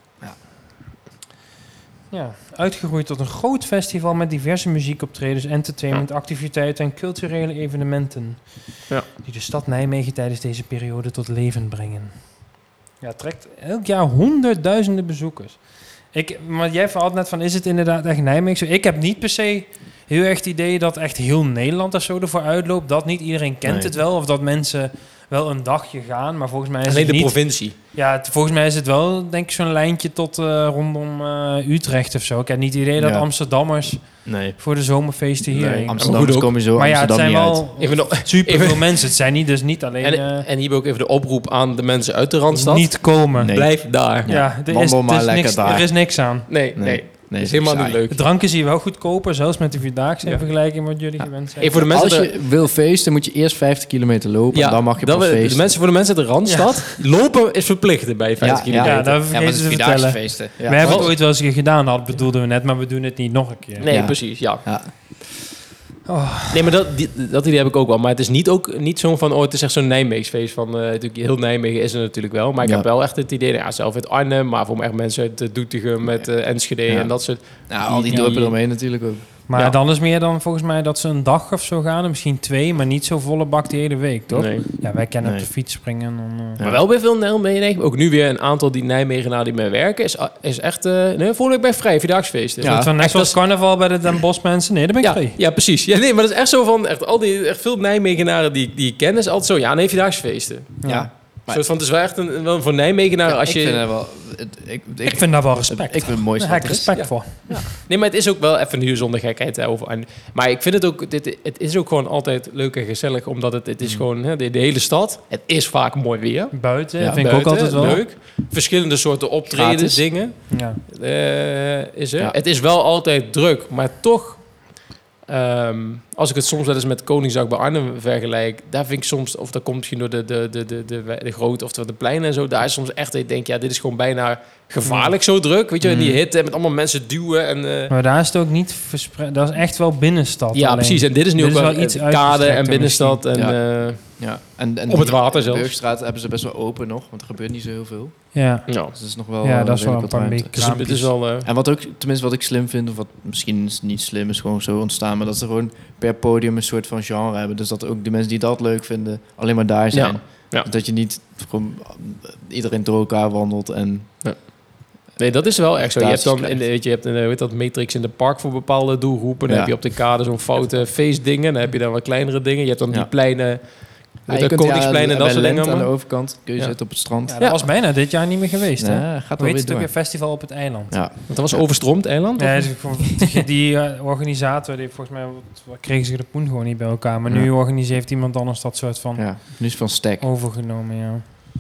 Ja, uitgegroeid tot een groot festival met diverse muziekoptredens, entertainmentactiviteiten en culturele evenementen. Ja. Die de stad Nijmegen tijdens deze periode tot leven brengen. Ja, het trekt elk jaar honderdduizenden bezoekers. Maar jij verhaalt net van, is het inderdaad echt Nijmegen? Ik heb niet per se heel erg het idee dat echt heel Nederland er zo ervoor uitloopt. Dat niet iedereen kent het wel. Of dat mensen wel een dagje gaan. Maar volgens mij is Alleen het de niet... provincie. Ja, volgens mij is het wel, denk ik, zo'n lijntje tot rondom Utrecht of zo. Ik heb niet het idee dat Amsterdammers voor de zomerfeesten hierheen... Amsterdammers komen zo maar ja, het Amsterdam zijn niet wel super veel mensen. Het zijn niet, dus niet alleen... En hier ook even de oproep aan de mensen uit de Randstad. Niet komen. Nee. Blijf daar. Ja, Wandel maar lekker niks, daar. er is niks aan. Nee. Dat is helemaal niet leuk. De drank is hier wel goedkoper, zelfs met de Vierdaagse in vergelijking met wat jullie gewend zijn. Voor de mensen Als je wil feesten, moet je eerst 50 kilometer lopen. En dan mag je pas feesten. Voor de mensen uit de Randstad, lopen is verplicht bij 50 kilometer. Ja, dat vergeten ze te vertellen. feesten. We hebben het ooit wel eens een keer gedaan, dat bedoelden we net, maar we doen het niet nog een keer. Nee, precies, ja. Oh. Nee, maar dat idee heb ik ook wel. Maar het is niet zo van, het is echt zo'n Nijmeegsfeest. Natuurlijk, heel Nijmegen is er natuurlijk wel. Maar ik heb wel echt het idee, zelf uit Arnhem, maar voor mij echt mensen uit Doetinchem, met Enschede en dat soort... Nou, al die dorpen eromheen natuurlijk ook. Maar dan is meer dan volgens mij dat ze een dag of zo gaan, misschien 2, maar niet zo volle bak de hele week, toch? Nee. Ja, wij kennen op de fiets springen. Maar wel bij veel Nijmegen. Ook nu weer een aantal die Nijmegenaren die mee werken, is echt... volgende week bij vrij, Vierdaagse-feesten. Ja. Van net zoals carnaval bij de Den Bosch mensen. Nee, daar ben ik vrij. Ja, precies. Ja, nee, maar dat is echt zo van... Echt veel Nijmegenaren die ik ken, is altijd zo... Ja, nee, Vierdaagse-feesten. Ja. Soort van, het is wel echt wel voor Nijmegenaren als je... Ik vind daar wel respect. Ik vind het mooiste. Daar heb ik respect voor. Ja. Nee, maar het is ook wel even nu zonder gekheid over. Maar ik vind het ook... Het is ook gewoon altijd leuk en gezellig, omdat het is gewoon de hele stad. Het is vaak mooi weer. Buiten, vind ik ook altijd wel leuk. Verschillende soorten optredens, dingen. Ja. Is er. Het is wel altijd druk, maar toch... als ik het soms wel eens met Koningsdag bij Arnhem vergelijk, daar vind ik soms, of dat komt misschien door de grootte of de pleinen en zo, daar is soms echt dat ik denk, dit is gewoon bijna gevaarlijk zo druk, weet je, in die hitte met allemaal mensen duwen en... Maar daar is het ook niet verspreid, dat is echt wel binnenstad. Ja, alleen. Precies, en dit is nu ook wel iets kade en binnenstad en en op het water zelfs. De Burgstraat hebben ze best wel open nog, want er gebeurt niet zo heel veel. Ja. Dus dat is nog wel... Ja, dat is wel een paar beetje het is wel... En wat ook, tenminste wat ik slim vind, of wat misschien niet slim is, gewoon zo ontstaan, maar dat ze gewoon per podium een soort van genre hebben. Dus dat ook de mensen die dat leuk vinden, alleen maar daar zijn. Ja. Dus dat je niet gewoon iedereen door elkaar wandelt en... Ja. Nee, dat is wel echt zo. Je hebt dan je hebt dat Matrix in de park voor bepaalde doelgroepen. Dan heb je op de kade zo'n foute feestdingen. Dan heb je dan wat kleinere dingen. Je hebt dan die pleinen... Koningsplein en dat soort dingen. Aan de overkant kun je zitten op het strand. Ja, dat was bijna dit jaar niet meer geweest. Hè? Gaat wel weer door. Een festival op het eiland. Ja. Want dat was overstroomd eiland? Ja, die organisator, die volgens mij kregen ze de poen gewoon niet bij elkaar. Maar nu organiseert iemand anders dat soort van... Ja, nu is van Stek. Overgenomen, ja.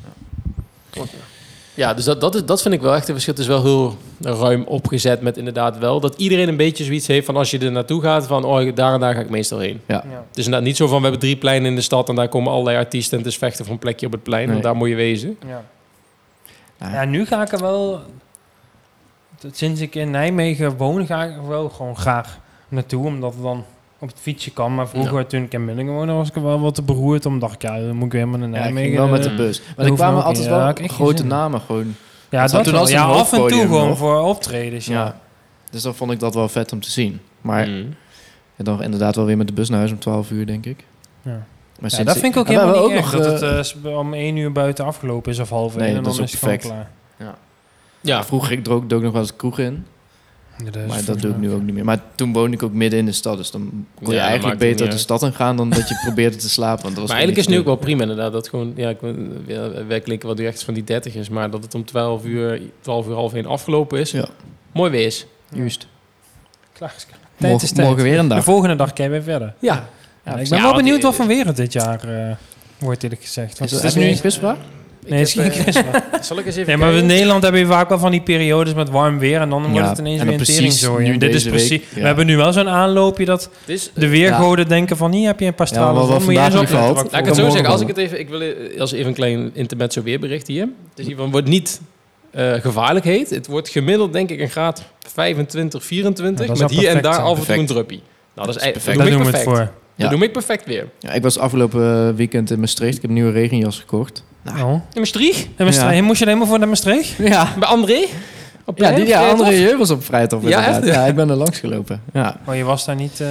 Ja, dus dat vind ik wel echt een verschil. Het is wel heel ruim opgezet met inderdaad wel... dat iedereen een beetje zoiets heeft van als je er naartoe gaat... van daar en daar ga ik meestal heen. Ja. Het is inderdaad niet zo van we hebben 3 pleinen in de stad... en daar komen allerlei artiesten en het is vechten voor een plekje op het plein. Want daar moet je wezen. Ja, nu ga ik er wel... Sinds ik in Nijmegen woon, ga ik er wel gewoon graag naartoe. Omdat het dan op het fietsje kan. Maar vroeger, toen ik in Millingen woonde, was ik er wel wat te beroerd. Omdat ik, dan moet ik weer naar Nijmegen. Ja, wel met de bus. Maar er kwamen altijd wel grote namen gewoon. Ja, dat wel. Ja, af en toe gewoon voor optredens. Ja. Dus dan vond ik dat wel vet om te zien. Maar dan inderdaad wel weer met de bus naar huis om 12 uur, denk ik. Ja. Maar dat vind ik ook helemaal niet erg, dat het om 1 uur buiten afgelopen is of half 1 en dan is het gewoon klaar. Ja. Ja. Vroeger dook ik nog wel eens kroegen in. Maar dat doe ik nu ook niet meer. Maar toen woonde ik ook midden in de stad. Dus dan kon je eigenlijk beter de stad in gaan dan dat je probeerde te slapen. Want dat was maar eigenlijk is het nu ook wel prima inderdaad. Dat gewoon, wij klinken wat echt van die 30 is. Maar dat het om 12 uur, half 1 afgelopen is. Ja. Mooi wees. Juist. Klaar. Morgen weer een dag. De volgende dag kan je weer verder. Ja. Ik ben wel benieuwd wat van weer het dit jaar wordt eerlijk gezegd. Is dat nu een quizvraag? Nee, het is geen quizvraag. Zal ik eens even kijken? Maar in Nederland hebben we vaak wel van die periodes met warm weer. En dan wordt het ineens weer een teringzooi. Dit is precies. We hebben nu wel zo'n aanloopje dat de weergoden denken van hier heb je een paar stralen zon. Moet je eens opletten. Laat ik het zo zeggen. Als ik het even, als even een klein intermezzo weerbericht hier. Het is wordt niet gevaarlijk heet. Het wordt gemiddeld denk ik een graad 25, 24. Met hier en daar af en toe een druppie. Nou, dat is perfect. Daar doen we het voor. Dat doe ik perfect weer. Ja, ik was afgelopen weekend in Maastricht. Ik heb een nieuwe regenjas gekocht. Nou. In Maastricht? Moest je er helemaal voor naar Maastricht? Ja. Bij André? André Jeu was op Vrijthof. Ja, echt? Ja, ik ben er langs gelopen. Ja. Maar je was daar niet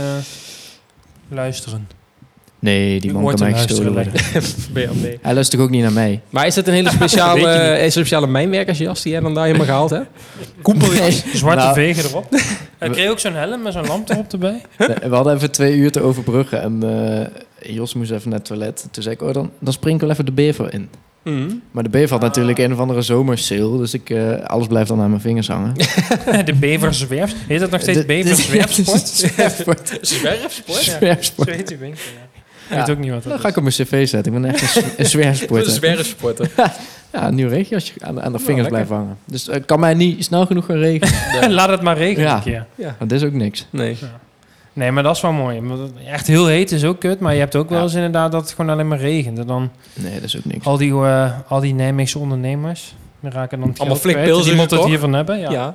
luisteren? Nee, die man kan mij gestolen worden. Hij luistert ook niet naar mij. Maar is dat een hele speciale mijnwerkersjas die jij dan daar helemaal gehaald hebt? Koepeljas, zwarte vegen erop. Hij kreeg ook zo'n helm met zo'n lamp erop erbij. We hadden even 2 uur te overbruggen en Jos moest even naar het toilet. Toen zei ik, dan spring ik wel even de bever in. Maar de bever had natuurlijk een of andere zomersale, dus alles blijft dan aan mijn vingers hangen. De beverzwerf. Heet dat nog steeds beverzwerfsport? Zwerfsport? Zwerfsport. Zo heet die winkel, Ik weet ook niet wat dat is. Ga ik op mijn cv zetten. Ik ben echt een zwerfsporter. Een zwerfsporter. Ja, een nieuw regenjasje aan de vingers blijven hangen. Dus kan mij niet snel genoeg gaan regenen. Laat het maar regenen een keer. Ja. Want dit is ook niks. Nee. Ja. Nee, maar dat is wel mooi. Echt heel heet is ook kut, maar je hebt ook wel eens inderdaad dat het gewoon alleen maar regent. En dan nee, dat is ook niks. Al die Nijmeegse ondernemers, die raken dan allemaal flikpils iemand het hiervan hebben. Ja.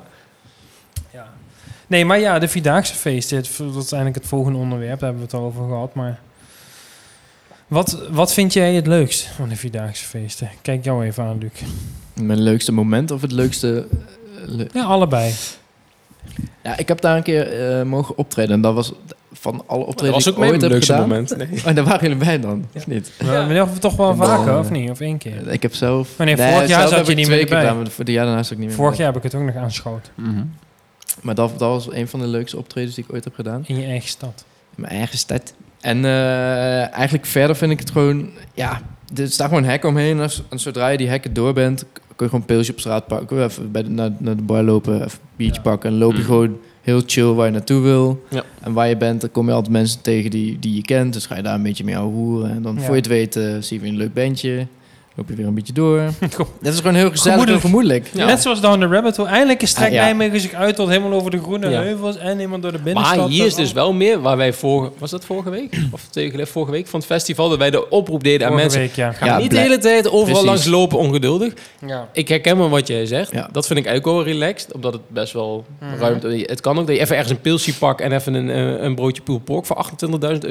Nee, maar de Vierdaagse feesten, dat is eigenlijk het volgende onderwerp, daar hebben we het al over gehad. Maar wat vind jij het leukst van de Vierdaagse feesten? Kijk jou even aan, Luc. Mijn leukste moment of het leukste... Ja, allebei. Ja, ik heb daar een keer mogen optreden. En dat was van alle optredens die ik ooit heb gedaan. Moment. Nee. Oh, daar waren jullie bij dan, of niet? Maar toch wel vaker, of niet? Of 1 keer? Ik heb zelf... vorig jaar zat je niet meer bij. Gedaan, voor de jaar daarna zat ik niet meer vorig jaar heb ik het ook nog aangeschoten. Maar dat was een van de leukste optredens die ik ooit heb gedaan. In je eigen stad? In mijn eigen stad. En eigenlijk verder vind ik het gewoon... Ja, er staat gewoon hek omheen. En zodra je die hekken door bent... kun je gewoon een pilsje op straat pakken. Even naar de bar lopen, even een biertje pakken. En loop je gewoon heel chill waar je naartoe wil. Ja. En waar je bent, dan kom je altijd mensen tegen die je kent. Dus ga je daar een beetje mee hoeren. En dan voor je het weet, zie je weer een leuk bandje. Loop je weer een beetje door. Dat is gewoon heel gezellig en gemoedelijk. Ja. Net zoals Down the Rabbit Hole. Eindelijk strekt Nijmegen zich uit tot helemaal over de groene heuvels en helemaal door de binnenstad. Maar hier is dus wel meer waar wij was dat vorige week? Of vorige week van het festival, dat wij de oproep deden aan mensen. Ga niet de hele tijd overal langs lopen ongeduldig. Ja. Ik herken me wat jij zegt. Ja. Dat vind ik eigenlijk wel relaxed, omdat het best wel ruimte... Het kan ook dat je even ergens een pilsje pakt en even een broodje pulled pork voor €28.000.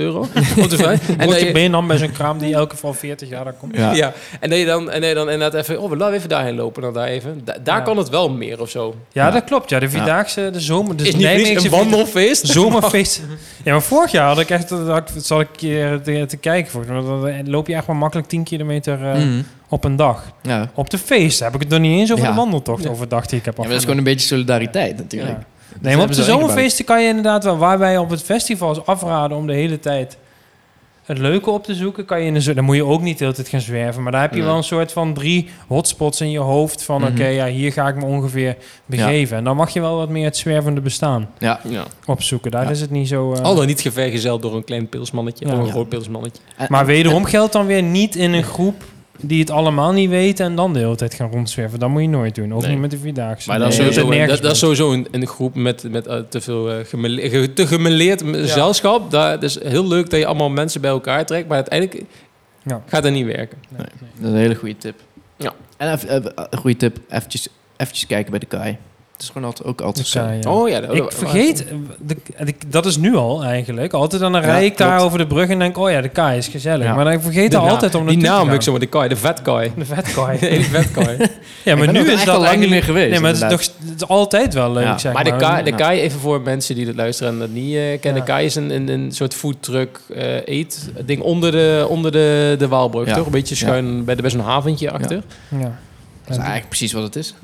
En broodje beenham bij zo'n kraam die elke van 40 jaar daar komt. Ja. En dan inderdaad even... we laten even daarheen lopen. Dan daar even. Daar kan het wel meer of zo. Ja, dat klopt. Ja, de Vierdaagse, de zomer... Dus is niet een wandelfeest? Zomerfeest. Ja, maar vorig jaar had ik echt... Zal ik te kijken voor. Dan loop je echt maar makkelijk 10 kilometer op een dag. Ja. Op de feest heb ik het nog niet eens over de wandeltocht overdag die ik heb maar dat is gewoon een beetje solidariteit natuurlijk. Ja. Nee, maar op de zomerfeesten kan je inderdaad wel... Waar wij op het festival afraden om de hele tijd... het leuke op te zoeken, kan je dan moet je ook niet de hele tijd gaan zwerven. Maar daar heb je wel een soort van 3 hotspots in je hoofd. Van hier ga ik me ongeveer begeven. Ja. En dan mag je wel wat meer het zwervende bestaan opzoeken. Daar is het niet zo... Al dan niet gevergezeld door een klein pilsmannetje. Of een groot pilsmannetje. Maar wederom geldt dan weer niet in een groep die het allemaal niet weten en dan de hele tijd gaan rondzwerven. Dat moet je nooit doen. Ook niet met de Vierdaagse. Maar dat is sowieso een groep met te veel te gemêleerd gezelschap. Dat is heel leuk dat je allemaal mensen bij elkaar trekt, maar uiteindelijk gaat dat niet werken. Nee. Dat is een hele goede tip. Ja. En een goede tip, eventjes kijken bij de KAI. Het is gewoon altijd zo. Ja. Oh ja, ik vergeet, dat is nu al eigenlijk. Altijd dan rij ik daar over de brug en denk, de KAI is gezellig. Ja. Maar dan vergeet je altijd om die naam heb ik zo met de KAI, de vet KAI. De vet KAI. De vet KAI. Ja, maar nu is dat al lang niet meer geweest. Nee, maar het is altijd wel leuk, zeg maar. Maar de KAI, even voor mensen die het luisteren en dat niet kennen. De KAI is een soort foodtruck eetding onder de Waalbrug, toch? Een beetje schuin bij zo'n haventje achter. Ja. Dat is eigenlijk precies wat het is. Ja.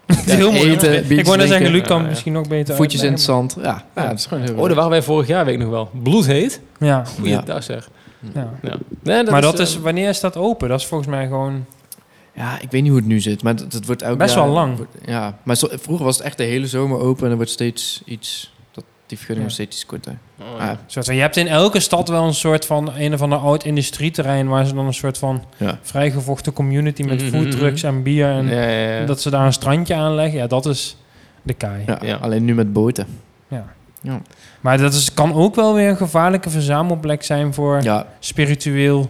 Het is heel mooi. eten, Ik biertjes wou net zeggen, drinken, Luc kan het misschien nog beter voetjes in het uitleggen. zand. Ja, dat is gewoon heel Oh, daar waren wij vorig jaar, weet ik nog wel. Bloedheet. Ja, Goeiedag zeg. ja. Ja. Nee, Maar dat is, wanneer is dat open? Dat is volgens mij gewoon... Ja, ik weet niet hoe het nu zit, maar het wordt elk Best jaar... wel lang. Ja, maar vroeger was het echt de hele zomer open en er wordt steeds iets... Die vergunning Ja. wordt steeds iets korter. Oh, ja. Soort van, je hebt in elke stad wel een soort van een of ander oud industrieterrein waar ze dan een soort van vrijgevochten community met foodtrucks en bier en Ja. dat ze daar een strandje aanleggen. Ja, dat is de kei. Ja, alleen nu met boten. Ja. Ja. Maar dat kan ook wel weer een gevaarlijke verzamelplek zijn voor spiritueel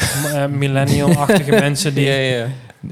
millennial-achtige mensen die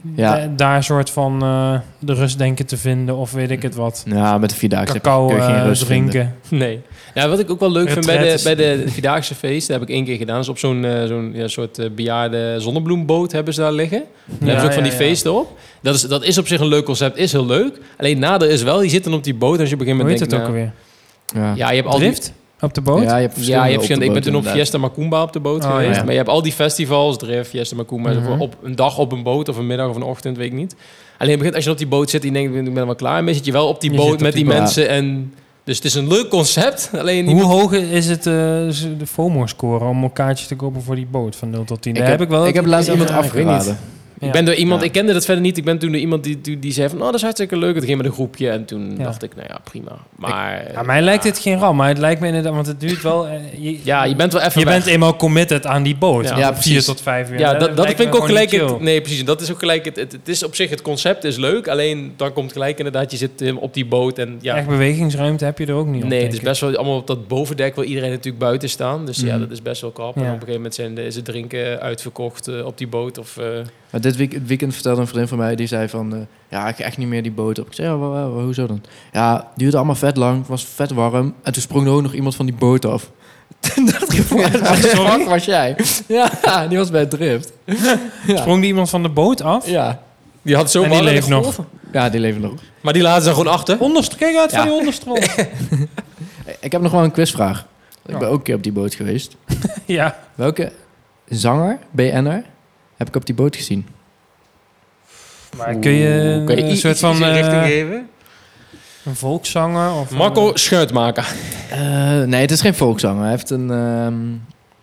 daar een soort van de rust denken te vinden of weet ik het wat. Ja, met de Vierdaagse cacao kun je geen rust drinken. Nee. Ja, wat ik ook wel leuk vind Retretes. bij de Vierdaagse feest, dat heb ik 1 keer gedaan, is op zo'n soort bejaarde zonnebloemboot hebben ze daar liggen. Daar hebben ze ook van die feesten op. Dat is op zich een leuk concept, is heel leuk. Alleen het nadeel is wel, je zit dan op die boot als je op een gegeven moment Hoe heet denkt... het ook alweer? Ja, je hebt al die... Drift? Op de boot? Ja, je hebt verschillende. Ik ben toen op Fiesta Macumba op de boot geweest. ja. Maar je hebt al die festivals, Drift, Fiesta Macumba, Mhm. op een dag op een boot of een middag of een ochtend, weet ik niet. Alleen begint als je op die boot zit en je denkt, ik ben er wel klaar mee, zit je wel op die Je boot zit op met die die boot. mensen. En, dus het is een leuk concept. Alleen Hoe hoog is het de FOMO-score om een kaartje te kopen voor die boot van 0 tot 10? Daar heb ik wel. Ik heb laatst iemand ik weet afgeraden. Ik ben door iemand, ik kende dat verder niet. Ik ben toen door iemand die zei van, dat is hartstikke leuk. Het ging met een groepje en toen dacht ik, nou ja, prima. Maar mij lijkt het geen ramp, maar het lijkt me inderdaad, want het duurt wel. je bent wel even Je bent eenmaal committed aan die boot. Ja, Ja, precies. 4 tot 5 uur. Ja, dat lijkt vind ik me ook gelijk. gewoon niet chill. Nee, precies. Dat is ook gelijk. Het is op zich, het concept is leuk. Alleen dan komt gelijk inderdaad, je zit op die boot en ja. Echt bewegingsruimte heb je er ook niet op. Nee, het denk is ik. best wel allemaal op dat bovendek wil iedereen natuurlijk buiten staan. Dus ja, dat is best wel krap. En Ja. op een gegeven moment is het drinken uitverkocht op die boot. Of, Maar dit weekend vertelde een vriend van mij, die zei van... ja, ik ga echt niet meer die boot op. Ik zei, hoezo dan? Ja, het duurde allemaal vet lang, het was vet warm. En toen sprong er ook nog iemand van die boot af. Toen dacht ik, wat was jij? Ja, die was bij het drift. Sprong die iemand van de boot af? Ja. die had zo En die warm leeft nog. Ja, die leven nog. Maar die laten ze gewoon achter. Kijk uit van die onderstroom. Ik heb nog wel een quizvraag. Ik Ja. ben ook een keer op die boot geweest. Ja. Welke zanger, BN'er, heb ik op die boot gezien? Maar kun je een soort van richting geven? een volkszanger of Marco Schuitmaker. Nee, het is geen volkszanger. Hij heeft een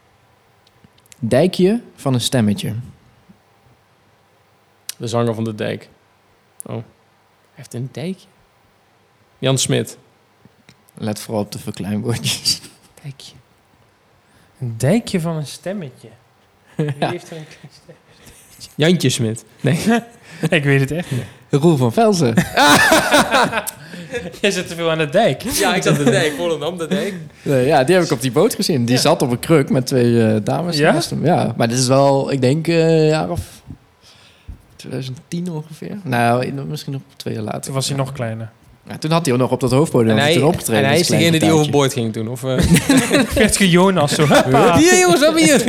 dijkje van een stemmetje. De zanger van de dijk. Oh. Hij heeft een dijkje? Jan Smit. Let vooral op de verkleinwoordjes. Dijkje. een dijkje van een stemmetje? Wie heeft er een klein stemmetje? Jantje Smit. Nee. Ik weet het echt niet. Roel van Velzen. Jij zit te veel aan de dijk. Ja, ik zat de dijk. Volendam, de dijk. Ja, die heb ik op die boot gezien. Die zat op een kruk met 2 dames Ja? naast hem. Ja, maar dit is wel, ik denk, jaar of 2010 ongeveer. Nou, misschien nog 2 jaar later. Toen was hij nog kleiner. Ja, toen had hij ook nog op dat hoofdpodium toen opgetreden. En hij is met zijn degene die klein overboord ging toen. Of, Werd gejonas zo. Hoppa. hier jongens, wat hier?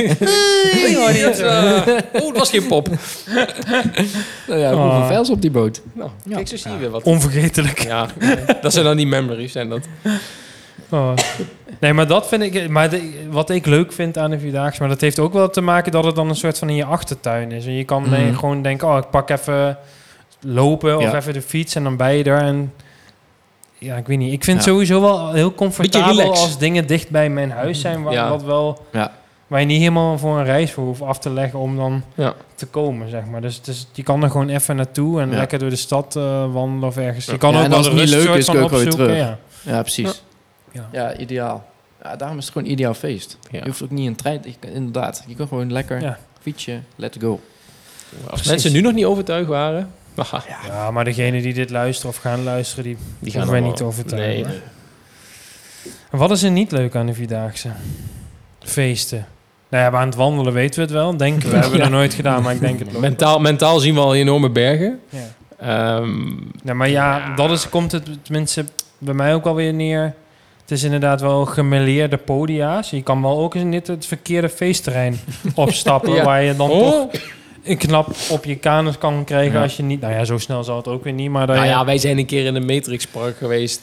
Het was geen pop. gitaartje. Nou ja, Roel van Oh. Velzen op die boot. Nou, kijk, zo zie je weer wat. Onvergetelijk. Ja, dat zijn dan die memories. Zijn dat. Oh. Nee, maar dat vind ik... Maar wat ik leuk vind aan de Vierdaagse... Maar dat heeft ook wel te maken dat het dan een soort van in je achtertuin is. En je kan gewoon denken... Oh, ik pak even lopen of even de fiets en dan ben je er. En ja, ik weet niet. Ik vind het sowieso wel heel comfortabel relaxed. als dingen dicht bij mijn huis zijn. Wat wel... Ja. Waar je niet helemaal voor een reis voor hoeft af te leggen om dan Ja. te komen, zeg maar. Dus je kan er gewoon even naartoe en lekker door de stad wandelen of ergens. Je kan Ja, ook en wel als de het niet rust leuk soort is, van kun je ook wel weer opzoeken, terug. Ja, precies. Ja. Ja, ideaal. Ja, daarom is het gewoon een ideaal feest. Ja. Je hoeft ook niet een trein... Inderdaad, je kan gewoon lekker fietsen, let's go. Als mensen nu nog niet overtuigd waren... Ja, maar degene die dit luisteren of gaan luisteren, die gaan hoeven wij nog niet te wel. overtuigen. Nee, hoor. nee. En wat is er niet leuk aan de Vierdaagse? Feesten. Nou ja, maar aan het wandelen weten we het wel, denken we. We hebben het nooit gedaan, maar ik denk het wel. Mentaal zien we al enorme bergen. Ja. Ja, maar ja, komt het tenminste bij mij ook alweer neer. Het is inderdaad wel gemêleerde podia's. Je kan wel ook eens niet het verkeerde feestterrein opstappen, waar je dan toch een knap op je kanus kan krijgen als je niet... Nou ja, zo snel zal het ook weer niet, maar... Wij zijn een keer in een Matrix Park geweest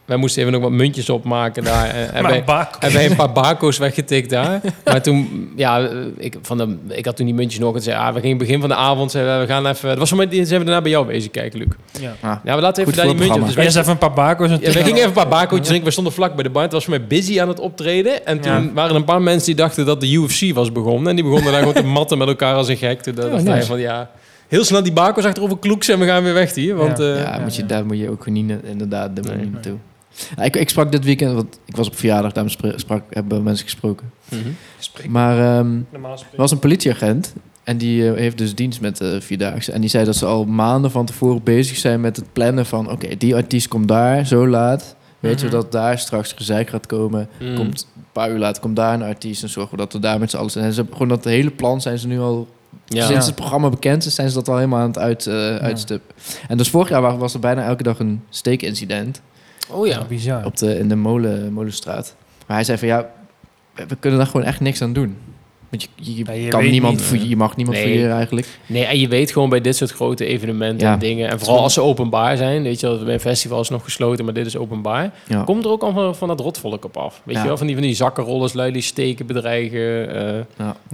wij moesten even nog wat muntjes opmaken daar. Hebben wij een paar barco's weggetikt daar. Maar toen, ik had toen die muntjes nog en zei, we gingen begin van de avond, we gaan even. Dat was zo zijn we daarna bij jou bezig kijken, Luc. Ja, we laten even daar die muntjes. Dus eerst even een paar barco's. We gingen even een paar barco's drinken. We stonden vlak bij de bar. Het was voor mij busy aan het optreden. En toen waren er een paar mensen die dachten dat de UFC was begonnen. En die begonnen daar gewoon te matten met elkaar als een gek. Toen dacht hij van, heel snel die barco's achterover kloeksen en we gaan weer weg hier. Want, daar moet je ook niet inderdaad niet naartoe. Ja, ik sprak dit weekend, want ik was op verjaardag, daarom hebben mensen gesproken. Mm-hmm. Maar er was een politieagent en die heeft dus dienst met de Vierdaagse. En die zei dat ze al maanden van tevoren bezig zijn met het plannen van... Oké, die artiest komt daar zo laat. Weet je dat daar straks gezeik gaat komen. Komt een paar uur later komt daar een artiest en zorgen dat we daar met z'n allen zijn. En ze gewoon dat hele plan zijn ze nu al... Sinds het programma bekend is, zijn ze dat al helemaal aan het uitstippen. En dus vorig jaar was er bijna elke dag een steekincident. Oh ja, bizar. In de Molenstraat. Maar hij zei van we kunnen daar gewoon echt niks aan doen. Want je mag niemand fouilleren eigenlijk. Nee, en je weet gewoon bij dit soort grote evenementen en dingen... en vooral als ze openbaar zijn... weet je wel, bij een festival is nog gesloten... maar dit is openbaar... komt er ook al van dat rotvolk op af. Weet je wel, van die zakkenrollers... lui die steken, bedreigen...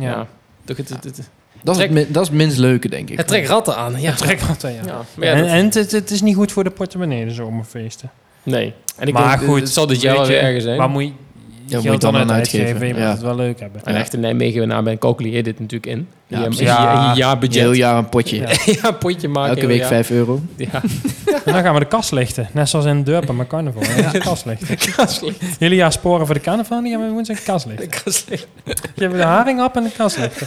Dat is het minst leuke, denk ik. Het trekt ratten aan. Ja. Het trekt ratten, en het is niet goed voor de portemonnee, de zomerfeesten. Nee. En maar goed, het zal dit jaar wel weer ergens zijn. Maar moet je geld dan aan uitgeven? Je moet het wel leuk hebben. En echt in Nijmegen en ben calculeer dit natuurlijk in. Je jaarbudget. Heel jaar een potje. Een potje maken. Elke week €5. Ja. En dan gaan we de kas lichten. Net zoals in Durpen met carnaval. De kas lichten. Jullie jaar sporen voor de carnaval. Die gaan we woensdag kas lichten. Je hebt de haringap en de kas lichten.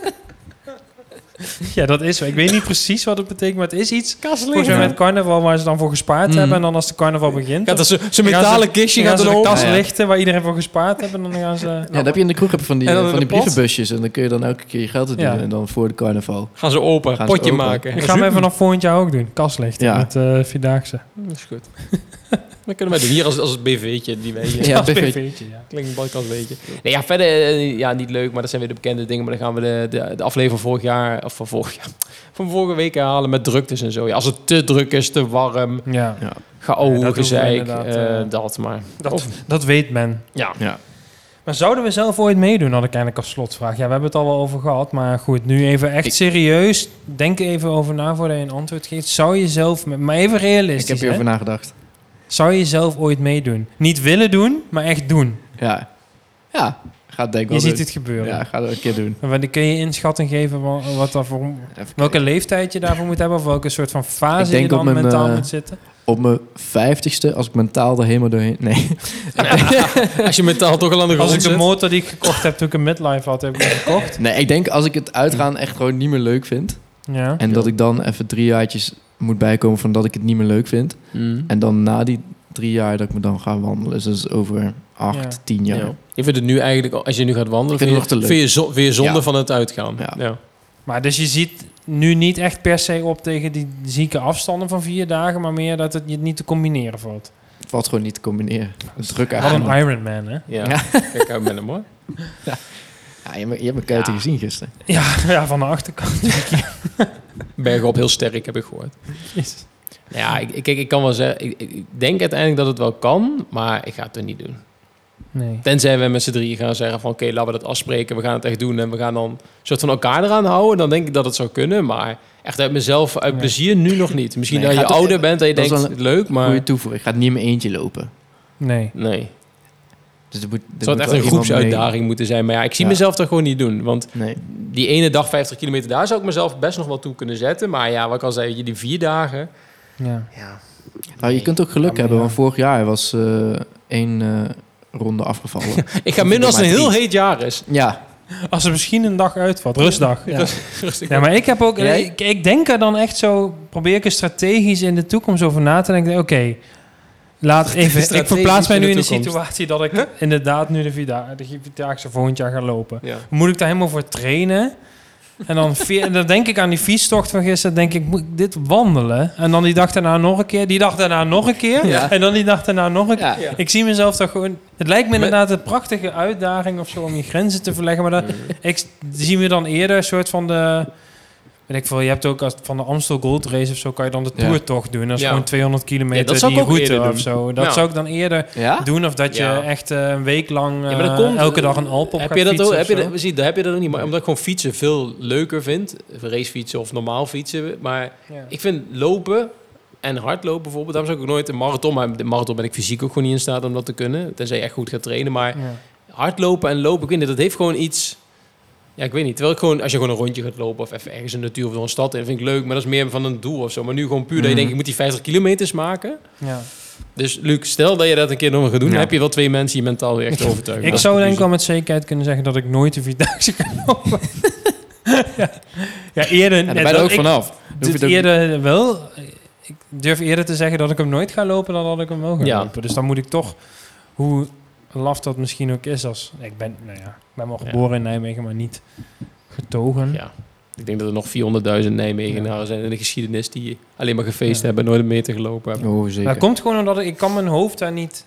Ja, dat is zo. Ik weet niet precies wat het betekent, maar het is iets volgens mij met carnaval waar ze dan voor gespaard hebben. En dan als de carnaval begint... Gaat zo'n metalen kistje gaan ze de kas lichten waar iedereen voor gespaard hebben. En dan gaan ze... Ja, dat heb je in de kroeg van die brievenbusjes. En dan kun je dan elke keer je geld doen. En dan voor de carnaval. Gaan ze open, potje maken. Dat gaan we vanaf volgend jaar ook doen. Kas lichten met Vierdaagse. Dat is goed. Dat kunnen wij doen. Hier als het BV'tje. Die wij, als BV'tje, klinkt een balkans beetje. Nee, verder niet leuk, maar dat zijn weer de bekende dingen. Maar dan gaan we de aflevering van vorig jaar, of van vorige week herhalen met druktes en zo. Ja, als het te druk is, te warm, gezeik, dat weet men. Ja. Maar zouden we zelf ooit meedoen, had ik eigenlijk als slotvraag. Ja, we hebben het al wel over gehad, maar goed, nu even echt serieus. Denk even over na voordat je een antwoord geeft. Zou je zelf, maar even realistisch. Ik heb hierover nagedacht. Zou je zelf ooit meedoen? Niet willen doen, maar echt doen. Ja, gaat denk ik wel. Je ziet het gebeuren. Ja, ga dat een keer doen. Maar kun je inschatting geven wat daarvoor, welke leeftijd je daarvoor moet hebben? Of welke soort van fase je dan mentaal moet zitten? Op mijn 50ste, als ik mentaal er helemaal doorheen... Nee. Als je mentaal toch al aan de grond zit. Als ik de motor die ik gekocht heb toen ik een midlife had, heb ik gekocht. Nee, ik denk als ik het uitgaan echt gewoon niet meer leuk vind... en dat ik dan even 3 jaartjes moet bijkomen van dat ik het niet meer leuk vind... en dan na die 3 jaar dat ik me dan ga wandelen. Dus dat is over 8, 10 jaar. Ja. Je vindt het nu eigenlijk, als je nu gaat wandelen, vind je zonde van het uitgaan. Ja. Maar dus je ziet nu niet echt per se op tegen die zieke afstanden van 4 dagen, maar meer dat het je niet te combineren valt. Het valt gewoon niet te combineren. Druk wat een Ironman, hè? Ja. Kijk uit met hem, hoor. Ja. Ja, je hebt me kuiten gezien gisteren. Ja, van de achterkant. Bergop heel sterk, heb ik gehoord. Jezus. Ja, ik kan wel zeggen... Ik denk uiteindelijk dat het wel kan, maar ik ga het er niet doen. Nee. Tenzij we met z'n drieën gaan zeggen van... Oké, laten we dat afspreken, we gaan het echt doen... en we gaan dan een soort van elkaar eraan houden... dan denk ik dat het zou kunnen, maar... echt uit mezelf, uit plezier, nu nog niet. Misschien dat je ouder bent en je denkt, leuk, maar... Goeie toevoeging. Ik ga het niet in mijn eentje lopen. Nee. Dus het zou echt een groepsuitdaging moeten zijn. Maar ja, ik zie mezelf dat gewoon niet doen. Want die ene dag 50 kilometer... daar zou ik mezelf best nog wel toe kunnen zetten. Maar ja, wat ik al zei, die 4 dagen... Nou, je kunt ook geluk hebben, want vorig jaar was 1 ronde afgevallen. Ik ga minder als het een heel heet jaar is. Ja. Als er misschien een dag uitvalt. Rustdag. Ja, maar ik heb ook... Ik denk er dan echt zo... probeer ik er strategisch in de toekomst over na te denken. Oké, laat even... Ik verplaats mij nu in de situatie dat ik inderdaad nu de Vierdaagse volgend jaar ga lopen. Ja. Moet ik daar helemaal voor trainen? En dan denk ik aan die fietstocht van gisteren. Denk ik, moet ik dit wandelen? En dan die dag daarna nog een keer. Die dag daarna nog een keer. Ja. En dan die dag daarna nog een keer. Ja. Ik zie mezelf toch gewoon... Het lijkt me inderdaad een prachtige uitdaging of zo om je grenzen te verleggen. Maar ik zie me dan eerder een soort van weet ik veel, je hebt ook van de Amstel Gold Race of zo, kan je dan de toertocht doen. Dat is Ja. gewoon 200 kilometer dat zou ik die ook eerder route doen. of zo. Dat zou ik dan eerder doen. Of dat je echt een week lang maar dat komt, elke dag een Alp op heb gaat je dat fietsen ook, of zo. heb je dat ook niet. Maar omdat ik gewoon fietsen veel leuker vind. Racefietsen of normaal fietsen. Maar ik vind lopen en hardlopen bijvoorbeeld. Daarom zou ik ook nooit een marathon. Maar de marathon ben ik fysiek ook gewoon niet in staat om dat te kunnen. Tenzij je echt goed gaat trainen. Maar hardlopen en lopen, ik weet niet, dat heeft gewoon iets... Ja, ik weet niet. Terwijl ik gewoon, als je gewoon een rondje gaat lopen of even ergens in de natuur of door een stad in, vind ik leuk. Maar dat is meer van een doel of zo. Maar nu gewoon puur dat je denkt, ik moet die 50 kilometers maken. Ja. Dus Luc, stel dat je dat een keer nog gaat doen, dan heb je wel 2 mensen die mentaal weer echt overtuigen. Ik zou denk ik wel met zekerheid kunnen zeggen dat ik nooit de Vierdaagse ga lopen. eerder... Ja, daar ben je ook vanaf. Eerder wel... Ik durf eerder te zeggen dat ik hem nooit ga lopen dan dat ik hem wel ga lopen. Dus dan moet ik toch... Hoe laf dat misschien ook is als... Ik ben wel geboren in Nijmegen, maar niet getogen. Ja. Ik denk dat er nog 400.000 Nijmegenaren zijn in de geschiedenis die alleen maar gefeest hebben en nooit een meter gelopen hebben. Oh, zeker. Dat komt gewoon omdat ik kan mijn hoofd daar niet...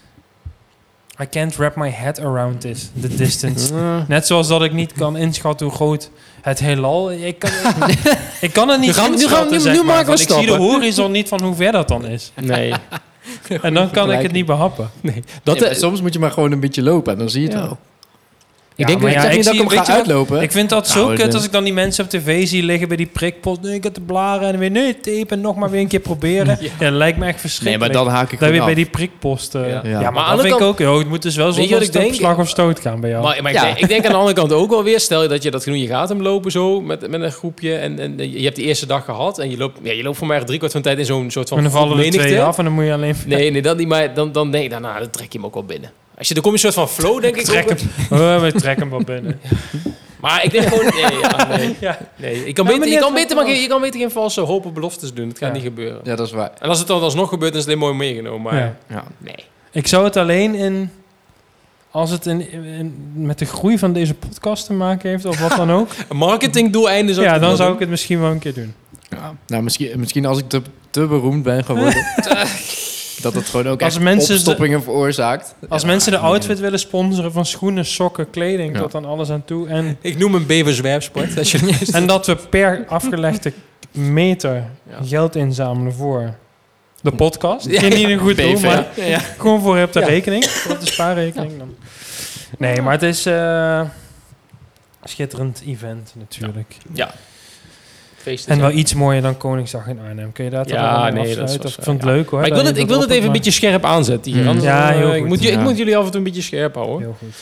I can't wrap my head around this, the distance. Net zoals dat ik niet kan inschatten hoe groot het heelal... Ik kan het niet inschatten, nu maken we ik stappen. zie de horizon niet van hoe ver dat dan is. Nee. En dan kan ik het niet behappen. Nee. Soms moet je maar gewoon een beetje lopen en dan zie je het wel. Ik denk maar ik zeg niet dat ik hem ga uitlopen. Ik vind dat zo kut als ik dan die mensen op tv zie liggen bij die prikpost. Nee, ik heb de blaren en weer tape en nog maar weer een keer proberen. Ja, dat lijkt me echt verschrikkelijk. Nee, maar dan haak ik daar weer af. bij die prikpost. Maar maar dat vind ik ook. Het moet dus wel zonder slag of stoot gaan bij jou. Maar ik denk aan de andere kant ook wel weer. Stel je dat je dat genoeg, je gaat hem lopen zo met een groepje en je hebt die eerste dag gehad en je loopt voor mij 3/4 van de tijd in zo'n soort van en dan vallen er 2 af en dan moet je alleen... Nee, dat niet. Maar dan denk ik daarna, dan trek je hem ook wel binnen. Dan kom je een soort van flow, denk ik. We trekken hem wel binnen. Maar ik denk gewoon... Nee. Je kan beter geen valse hoop op beloftes doen. Het gaat niet gebeuren. Ja, dat is waar. En als het dan alsnog gebeurt, is het alleen mooi meegenomen. Maar nee. Ik zou het alleen in... Als het met de groei van deze podcast te maken heeft, of wat dan ook. Een marketingdoeleinde zou dan zou ik het misschien wel een keer doen. Ja. Nou, misschien als ik te beroemd ben geworden... Dat het gewoon ook opstoppingen veroorzaakt. Als mensen de outfit willen sponsoren van schoenen, sokken, kleding, tot aan alles aan toe. En ik noem een beverzwerfsport. En dat we per afgelegde meter geld inzamelen voor de podcast. Niet een goed doel, maar gewoon voor op de rekening. Voor op de spaarrekening. Dan. Nee, maar het is een schitterend event natuurlijk. Ja. En wel iets mooier dan Koningsdag in Arnhem. Kun je daar toch afsluiten? Dat ik vond het leuk hoor. Maar ik wil het even een beetje scherp aanzetten hier. Heel goed. Ik moet jullie af en toe een beetje scherp houden. Heel goed.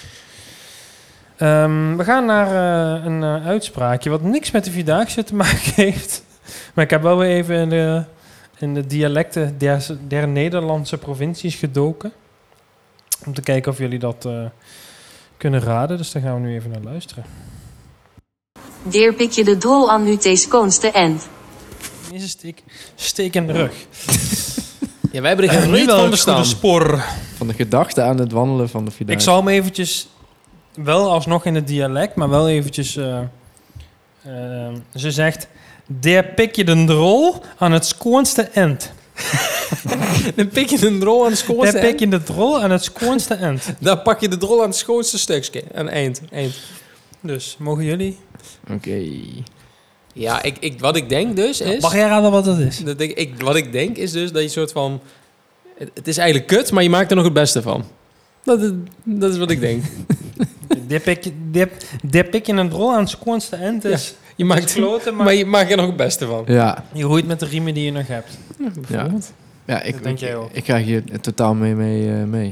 We gaan naar een uitspraakje wat niks met de Vierdaagse te maken heeft. Maar ik heb wel weer even in de dialecten der Nederlandse provincies gedoken. Om te kijken of jullie dat kunnen raden. Dus daar gaan we nu even naar luisteren. Deer pik je de drol aan Nutees koonste end. Is een steek in de rug. Ja, wij hebben er geen reet van bestaan. Spoor. Van de gedachte aan het wandelen van de Vierdaagse. Ik zal hem eventjes, wel alsnog in het dialect, maar wel eventjes... ze zegt... Der pik je de drol aan het schoonste end. Dan pik je de drol aan het schoonste end? Der pik je de drol aan het schoonste end. Dan pak je de drol aan het schoonste stukje. Aan eind. Dus, mogen jullie? Oké. Ja, wat ik denk dus is... Mag jij raden wat dat is? Wat ik denk is dus dat je soort van... Het is eigenlijk kut, maar je maakt er nog het beste van. Dat is wat ik denk. Der pik je een drol aan het schoonste end is... Ja, je maakt kloten, maar je maakt er nog het beste van. Ja. Je roeit met de riemen die je nog hebt. Ja, ik ga hier totaal mee.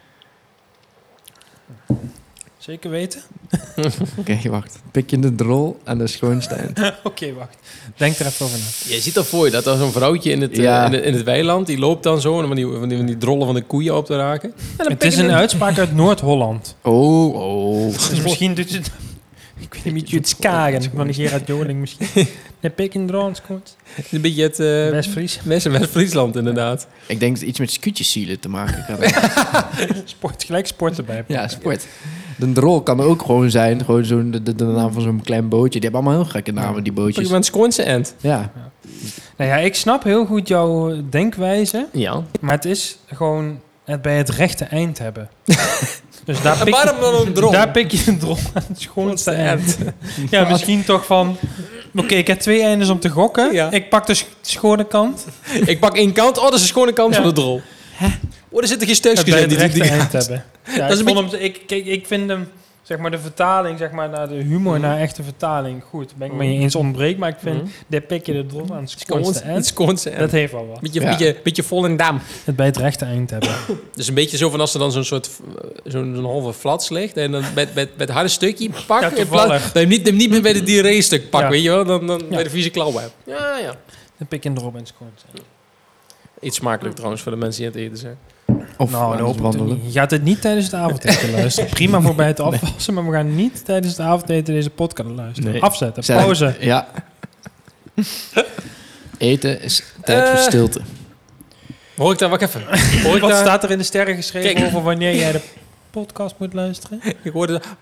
Zeker weten? Oké, wacht. Pik je de drol aan de schoonste end. Oké, wacht. Denk er even over na. Je ziet dat voor je, dat er zo'n vrouwtje in het weiland, die loopt dan zo, om die drollen van de koeien op te raken. Het is een uitspraak uit Noord-Holland. Oh. Dus misschien doet het... Ik weet niet, het skagen van de Gerard Joling misschien. De pik in drol komt. Een beetje het... West-Friesland, inderdaad. Ik denk dat het iets met scootjesielen te maken kan Gelijk sport erbij. Ja, sport. De drol kan er ook gewoon zijn. Gewoon zo'n de naam van zo'n klein bootje. Die hebben allemaal heel gekke namen, die bootjes. Je bent schoonste end. Ja. Nou ja, ik snap heel goed jouw denkwijze. Ja. Maar het is gewoon het bij het rechte eind hebben. Dus daar waarom dan een drol? Daar pik je een drol aan het schoonste eind. Ja, misschien toch van... Oké, ik heb 2 eindes om te gokken. Ja. Ik pak de schone kant. Ik pak één kant. Oh, dat is een schone kant van de drol. Oh, er zitten geen stukjes Het in. bij het Die rechte eind hebben. Ja, Dat is ik, een vond hem, ik vind hem, zeg maar, de vertaling, zeg maar, naar de humor, naar echte vertaling, goed. Ben ik me eens ontbreekt, maar ik vind dit pikje de drol aan het schoonste Het eind. schoonste. Dat heeft wel wat. Beetje vol en dam. Het bij het rechte eind hebben. Dus een beetje zo van als er dan zo'n soort zo'n halve flats ligt en dan met het harde stukje pakken. Ja, toevallig. Dat je hem niet meer bij de diarree-stuk pakken, Ja. weet je wel? Dan Ja. bij de vieze klauw hebt. Ja. Dan pik je een drop en het schoonste. Iets smakelijk trouwens voor de mensen die aan het eten zijn. Of Nou, aan dan het hoop ik wandelen. het niet. Je gaat het niet tijdens het avondeten luisteren. Prima voor bij het afwassen, maar we gaan niet tijdens het avondeten deze podcast luisteren. Nee. Afzetten, Zet- pauze. Ja. Eten is tijd voor stilte. Hoor ik daar, wacht even. Hoor ik Wat daar, staat er in de sterren geschreven Kijk. over wanneer jij de podcast moet luisteren? ik hoorde daar,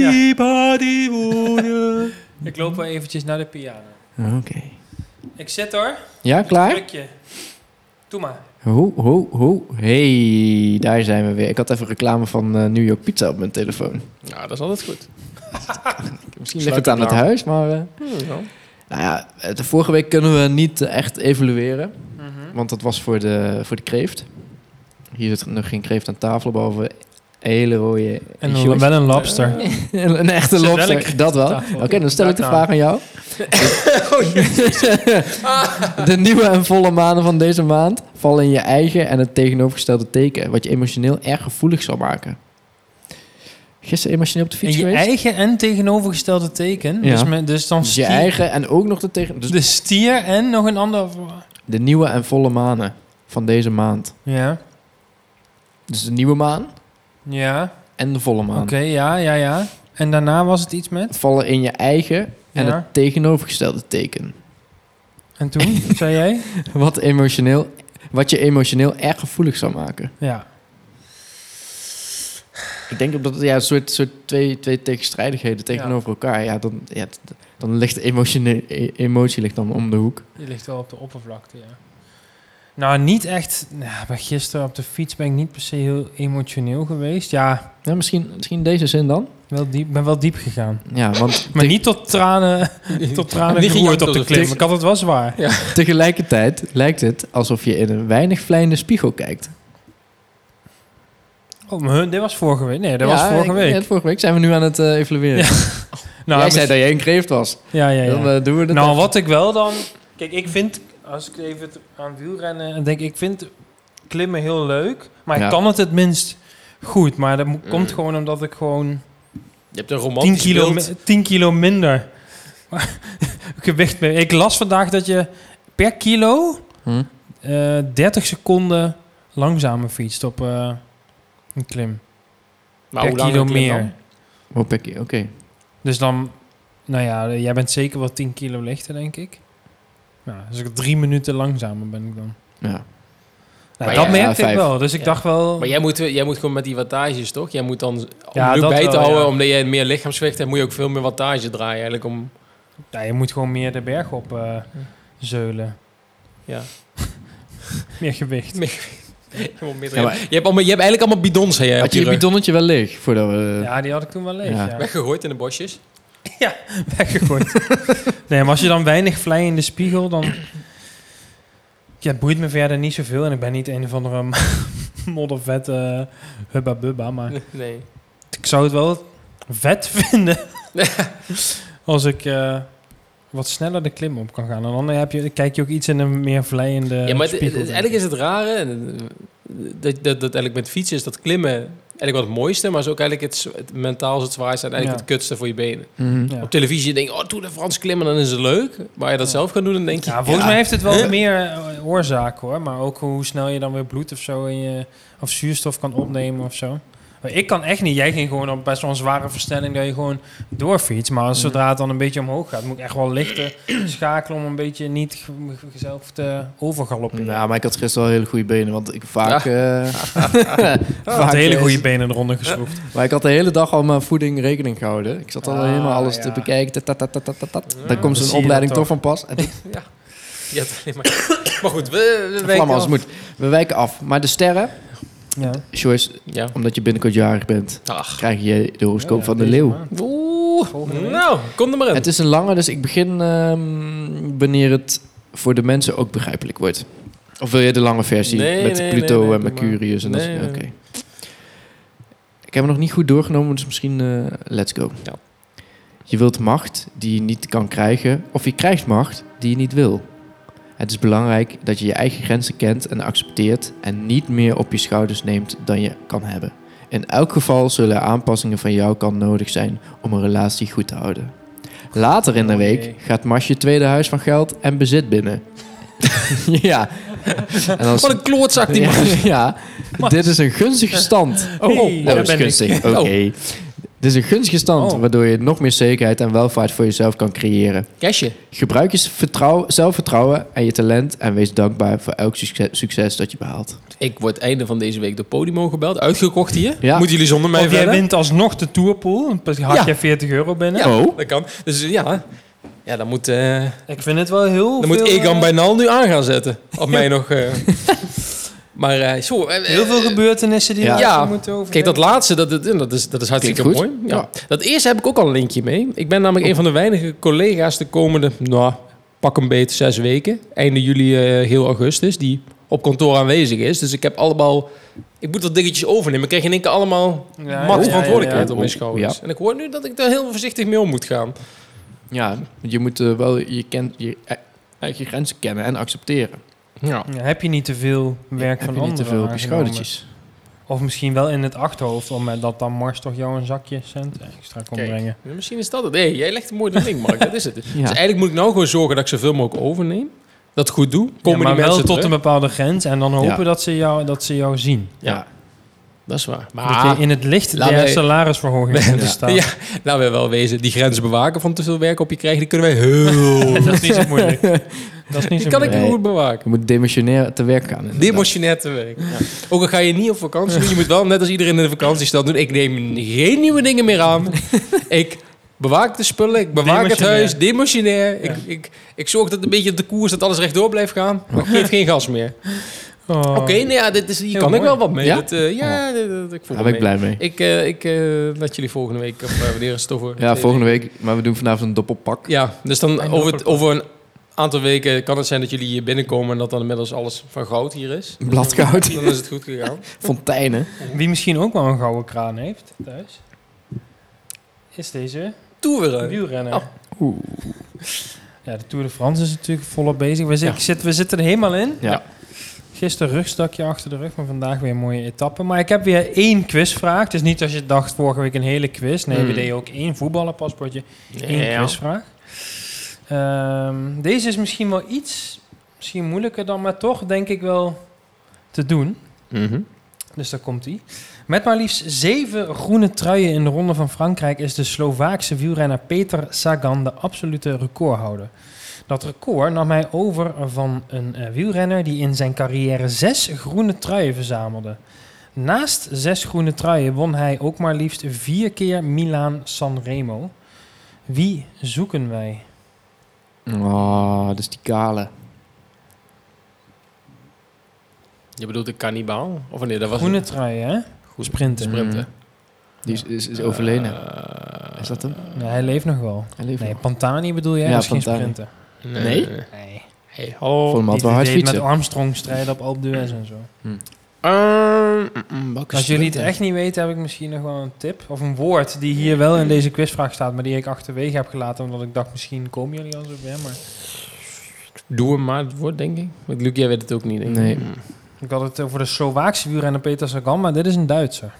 Ik loop wel eventjes naar de piano. Oké. Ik zit hoor. Ja, klaar? Drukje. Doe maar. Ho. Hey, daar zijn we weer. Ik had even reclame van New York Pizza op mijn telefoon. Ja, dat is altijd goed. Misschien ligt het aan het huis, maar... Ja. Nou ja, de vorige week kunnen we niet echt evalueren. Want dat was voor de kreeft. Hier zit nog geen kreeft aan tafel, behalve hele rode... En issues. wel een lobster. Een echte Zit wel een lobster, kreeft dat wel. aan Oké, tafel. dan stel ik de Ja, vraag aan jou. De nieuwe en volle maanden van deze maand vallen in je eigen en het tegenovergestelde teken, wat je emotioneel erg gevoelig zal maken. Gisteren emotioneel op de In fiets je geweest? eigen en tegenovergestelde teken. Ja. Dus dan Dus je eigen en ook nog de tegen... Dus de stier en nog een ander. de nieuwe en volle maanden van deze maand. Ja. Dus de nieuwe maan Ja. en de volle maan. Oké, ja. En daarna was het iets met? Vallen in je eigen en Ja. het tegenovergestelde teken. En toen, zei jij? Wat je emotioneel erg gevoelig zou maken. Ja. Ik denk dat een soort twee tegenstrijdigheden tegenover elkaar. Ja, dan ligt de emotie ligt dan om de hoek. Die ligt wel op de oppervlakte, ja. Nou, niet echt... Nou, bij gisteren op de fiets ben ik niet per se heel emotioneel geweest. Ja, Ja, misschien deze zin dan. ben wel diep gegaan. Ja, want Maar niet tot tranen Niet geroerd gejankt op op de de klim. fiets. Ik had het wel zwaar. Ja. tegelijkertijd lijkt het alsof je in een weinig vlijende spiegel kijkt. Oh, maar dit was vorige week. Nee, dat was vorige week. Ja, vorige week zijn we nu aan het evalueren. Ja. Nou, Jij zei dat jij een kreeft was. Ja. Dan doen we het Nou, even. wat ik wel dan... Kijk, ik vind... Als ik even aan wielrennen en denk... Ik vind klimmen heel leuk. Maar Ja. ik kan het minst goed. Maar dat komt gewoon omdat ik gewoon... Je hebt een romantisch 10 kilo minder gewicht mee. Ik las vandaag dat je per kilo 30 seconden langzamer fietst op een klim. Maar per hoe lang kilo een klim meer. dan? Oh, Becky, oké. Dus dan... Nou ja, jij bent zeker wel 10 kilo lichter, denk ik. Nou, dus ik 3 minuten langzamer ben ik dan. Ja. Nou, Maar dat ja, merkte ik 5. wel. Dus ik dacht wel... Maar jij moet gewoon met die wattages, toch? Jij moet dan, om Ja, de dat bij te wel, houden, ja. omdat jij meer lichaamsgewicht hebt, moet je ook veel meer wattage draaien eigenlijk om... Ja, je moet gewoon meer de berg op zeulen. Ja. Meer gewicht. Ja, maar- Je hebt eigenlijk allemaal bidons, hè, jij, op Had je je je rug. bidonnetje wel leeg? Voordat we... Ja, die had ik toen wel leeg, Ja. ja. Weggegooid in de bosjes. Weggegooid. Nee, maar als je dan weinig vlei in de spiegel, dan... Ja, het boeit me verder niet zoveel. En ik ben niet een of andere moddervette hubba bubba. Maar Nee. ik zou het wel vet vinden als ik wat sneller de klim op kan gaan. En dan kijk je ook iets in een meer vlijende Ja, maar spiegel. eigenlijk is het rare, dat eigenlijk met fietsen is dat klimmen eigenlijk wat het mooiste, maar is ook eigenlijk het mentaal is het zwaarste en eigenlijk Ja. het kutste voor je benen. Mhm. Ja. Op televisie denk je, oh, doe de Frans klimmen, dan is het leuk. Maar je dat zelf kan doen, dan denk je... Ja, volgens mij heeft het wel meer oorzaken hoor. Maar ook hoe snel je dan weer bloed of zo of zuurstof kan opnemen of zo. Maar ik kan echt niet. Jij ging gewoon op best wel een zware versnelling dat je gewoon doorfietst. Maar zodra het dan een beetje omhoog gaat, moet ik echt wel lichter schakelen om een beetje niet zelf te overgalopperen. Ja, maar ik had gisteren wel hele goede benen, want ik vaak... Vaak hele goede benen eronder geschroefd. Maar ik had de hele dag al mijn voeding rekening gehouden. Ik zat al helemaal alles te ja. bekijken. Dan komt dan zo'n zie je opleiding dat toch van pas. En Ja. Ja, maar goed, we vlam als het moet. We wijken af. Maar de sterren, Ja. Joyce, Ja. omdat je binnenkort jarig bent, Ach. krijg je de horoscoop Ja, van de deze leeuw. maand. Volgende week. Nou, kom er maar in. Het is een lange, dus ik begin wanneer het voor de mensen ook begrijpelijk wordt. Of wil je de lange versie met Pluto nee, en doe Mercurius? En dat Nee, soort- nee. Oké. Ik heb hem nog niet goed doorgenomen, dus misschien let's go. Ja. Je wilt macht die je niet kan krijgen, of je krijgt macht die je niet wil. Het is belangrijk dat je je eigen grenzen kent en accepteert en niet meer op je schouders neemt dan je kan hebben. In elk geval zullen er aanpassingen van jouw kant nodig zijn om een relatie goed te houden. Later in de week gaat Mars je tweede huis van geld en bezit binnen. Ja. En dan Wat een klootzak die man. ja, dit is een gunstige stand. Hey, dat daar is ben gunstig. ik. Oké. Dit is een gunstige stand, Oh. waardoor je nog meer zekerheid en welvaart voor jezelf kan creëren. Cashje. Gebruik je zelfvertrouwen en je talent en wees dankbaar voor elk succes dat je behaalt. Ik word einde van deze week door Podimo gebeld. Uitgekocht hier. Ja. Moeten jullie zonder mij Of jij verder? wint alsnog de tourpool. Dan had Ja. je 40 euro binnen. Ja, Oh. dat kan. Dus ja, dan moet, Ik vind het wel heel dan moet veel... Egan Bernal nu aan gaan zetten. Op mij nog... Maar zo... heel veel gebeurtenissen die Ja. we Ja. even moeten over. Kijk, dat laatste, dat is hartstikke Klinkt mooi. goed. Ja. Ja. Dat eerste heb ik ook al een linkje mee. Ik ben namelijk een van de weinige collega's de komende, pak een beetje 6 weken. Einde juli, heel augustus, die op kantoor aanwezig is. Dus ik heb allemaal... Ik moet wat dingetjes overnemen. Ik krijg in één keer allemaal max verantwoordelijkheid op mijn schouders. Ja. En ik hoor nu dat ik daar heel voorzichtig mee om moet gaan. Ja, je moet wel je eigen grenzen kennen en accepteren. Ja. Ja, heb je niet te veel werk Heb van je niet te anderen veel op je aangenomen? schoudertjes. Of misschien wel in het achterhoofd, omdat dan Mars toch jou een zakje cent extra kon Kijk. brengen. Ja, misschien is dat het. Hey, jij legt een mooi ding, Mark. Dat is het. Ja. Dus eigenlijk moet ik nou gewoon zorgen dat ik zoveel mogelijk overneem. Dat goed doe. Komen Ja, maar die wel mensen tot terug? een bepaalde grens en dan hopen Ja. dat ze jou zien. Ja, dat is waar. Dat Maar je in het licht laten der wij- salarisverhoging kunt staan. ja, laten we wel wezen. Die grenzen bewaken van te veel werk op je krijgen, die kunnen wij heel... Dat is niet zo moeilijk. Dat is niet zo Die kan ik moeilijk. heel Nee. goed bewaken. Je moet demissionair te werk gaan. inderdaad. Demotionair te werk. Ja. Ook al ga je niet op vakantie doen, je moet wel net als iedereen in de vakantie staat doen. Ik neem geen nieuwe dingen meer aan. Ik bewaak de spullen, ik bewaak het Demotionair. huis, demotionair. Ja. Ik zorg dat een beetje de koers, dat alles rechtdoor blijft gaan. Maar ik geef geen gas meer. Oh. Oké, nou ja, hier Heel kan ik mooi. wel wat mee. Ja? Ik voel Daar me ben ik mee. blij mee. Ik laat jullie volgende week, of wanneer is het over? Ja, volgende week. Maar we doen vanavond een doppelpak. Ja, dus dan Een over een aantal weken kan het zijn dat jullie hier binnenkomen en dat dan inmiddels alles van goud hier is. Bladgoud. Dan is het goed gegaan. Fonteinen. Wie misschien ook wel een gouden kraan heeft thuis, is deze Toeren. wielrenner. Oh. Oeh. Ja, de Tour de France is natuurlijk volop bezig. We zitten er helemaal in. Ja. Gisteren rugstakje achter de rug, maar vandaag weer een mooie etappe. Maar ik heb weer 1 quizvraag. Het is niet als je dacht vorige week een hele quiz. Nee, we deden ook 1 voetballerpaspoortje. 1 quizvraag. Deze is misschien wel misschien moeilijker dan, maar toch denk ik wel te doen. Dus daar komt hij. Met maar liefst 7 groene truien in de Ronde van Frankrijk is de Slovaakse wielrenner Peter Sagan de absolute recordhouder. Dat record nam hij over van een wielrenner die in zijn carrière 6 groene truien verzamelde. Naast 6 groene truien won hij ook maar liefst 4 keer Milaan-Sanremo. Wie zoeken wij? Oh, dat is die kale. Je bedoelt de kannibaal? Of nee, dat was Groene truien, hè? goed sprinten. sprinten. Die is overleden. Is dat hem? Nee, hij leeft nog wel. Hij leeft Nee, nog. Pantani bedoel jij? Ja, Dat is geen Pantani. sprinter. Nee? Nee. Hey, hallo. Voor hem had Die wel hard deed met fietsen. Armstrong strijden op Alpe d'Huez en zo. Welke Als jullie het sprinter? echt niet weten, heb ik misschien nog wel een tip. Of een woord die hier wel in deze quizvraag staat, maar die ik achterwege heb gelaten. Omdat ik dacht, misschien komen jullie al zover. Maar Doe hem maar het woord, denk ik. Want Luc, jij weet het ook niet, denk ik. Nee. ik had het over de Slovaakse wielrenner Peter Sagan, maar dit is een Duitser.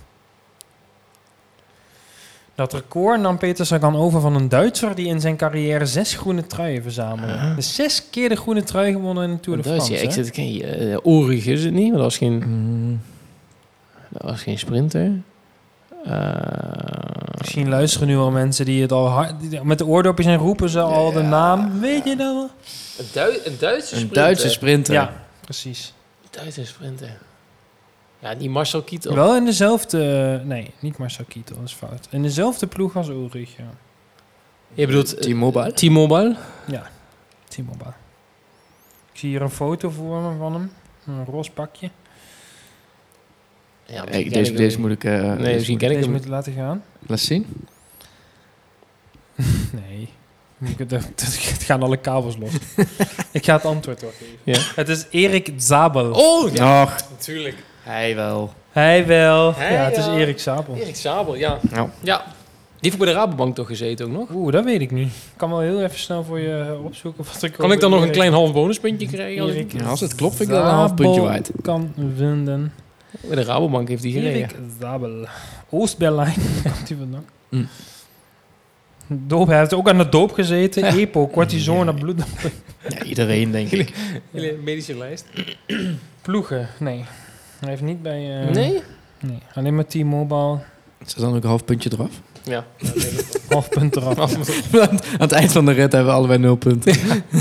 Dat record nam Peter Sagan over van een Duitser die in zijn carrière 6 groene truien verzamelde. Dus 6 keer de groene trui gewonnen in de Tour de Dat is, France. ja, ik hè? zit kijken. Orig is het niet, maar Mm, dat was geen sprinter. Misschien luisteren nu al mensen die het al hard, met de oordopjes en roepen ze al de naam. Weet je dat wel? Een Duitse een Duitse sprinter. Ja, precies. Duitse sprinter. Ja, niet Marcel Kittel. Wel in dezelfde... Nee, niet Marcel Kittel, dat is fout. In dezelfde ploeg als Ulrich, ja. Je bedoelt T-Mobile. T-Mobile? T-Mobile. Ik zie hier een foto voor me van hem. Een roze pakje. Ja, Hey, deze moet ik... Nee, misschien ken ik Deze hem. moeten laten gaan. Laat zien. Nee. Het gaan alle kabels los. Ik ga het antwoord doorgeven. Ja. Het is Erik Zabel. Oh, ja. Och, Natuurlijk. hij wel. Hij wel. Hij ja, het is wel. Erik Zabel. Erik Zabel, ja. Nou. Ja. Die heeft ook bij de Rabobank toch gezeten ook nog? Oeh, dat weet ik niet. Ik kan wel heel even snel voor je opzoeken. Wat ik Kan ik dan nog een klein half bonuspuntje krijgen? Erik Ja, als het klopt, vind ik dat een half puntje waard. kan vinden. Bij de Rabobank heeft hij gereden. Erik Zabel. Oost-Berlijn. Komt hij vandaan? Mm. Doop, hij heeft ook aan de doop gezeten. Ja. EPO, cortisone, bloed. Ja, iedereen, denk ik. Hele medische lijst. Ploegen. Nee. Hij heeft niet bij... Nee? Nee. Alleen met T-Mobile. Is er dan ook een half puntje eraf? Ja. Half punt eraf. Aan het eind van de rit hebben we allebei 0 punten.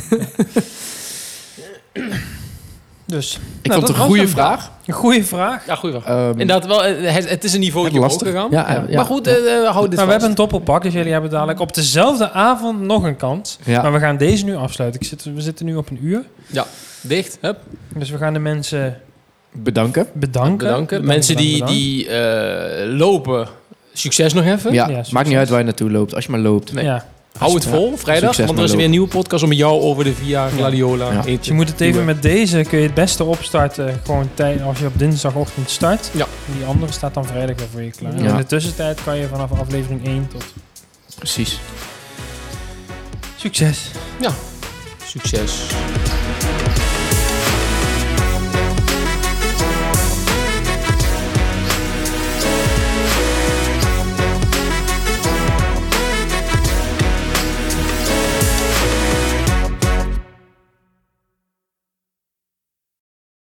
Dus. Ik vond het een goede vraag. Een goede vraag. Ja, goeie vraag. Inderdaad, wel, het is een niveautje omhoog lastig. gegaan. Ja, Maar goed, houd dit Maar we vast. hebben een doppelpak, dus jullie hebben dadelijk op dezelfde avond nog een kans. Ja. Maar we gaan deze nu afsluiten. We zitten nu op 1 uur. Dicht, hup. Dus we gaan de mensen Bedanken. bedanken. Mensen Bedankt. die lopen, succes nog even. Ja, succes. maakt niet uit waar je naartoe loopt. Als je maar loopt. Nee. Ja. Hou het vol, vrijdag, Succes want er is maar weer een nieuwe podcast om met jou over de Via Gladiola. Ja. Dus je moet het even met deze, kun je het beste opstarten. Gewoon als je op dinsdagochtend start. Ja. En die andere staat dan vrijdag weer voor je klaar. En Ja. in de tussentijd kan je vanaf aflevering 1 tot... Precies. Succes! Succes.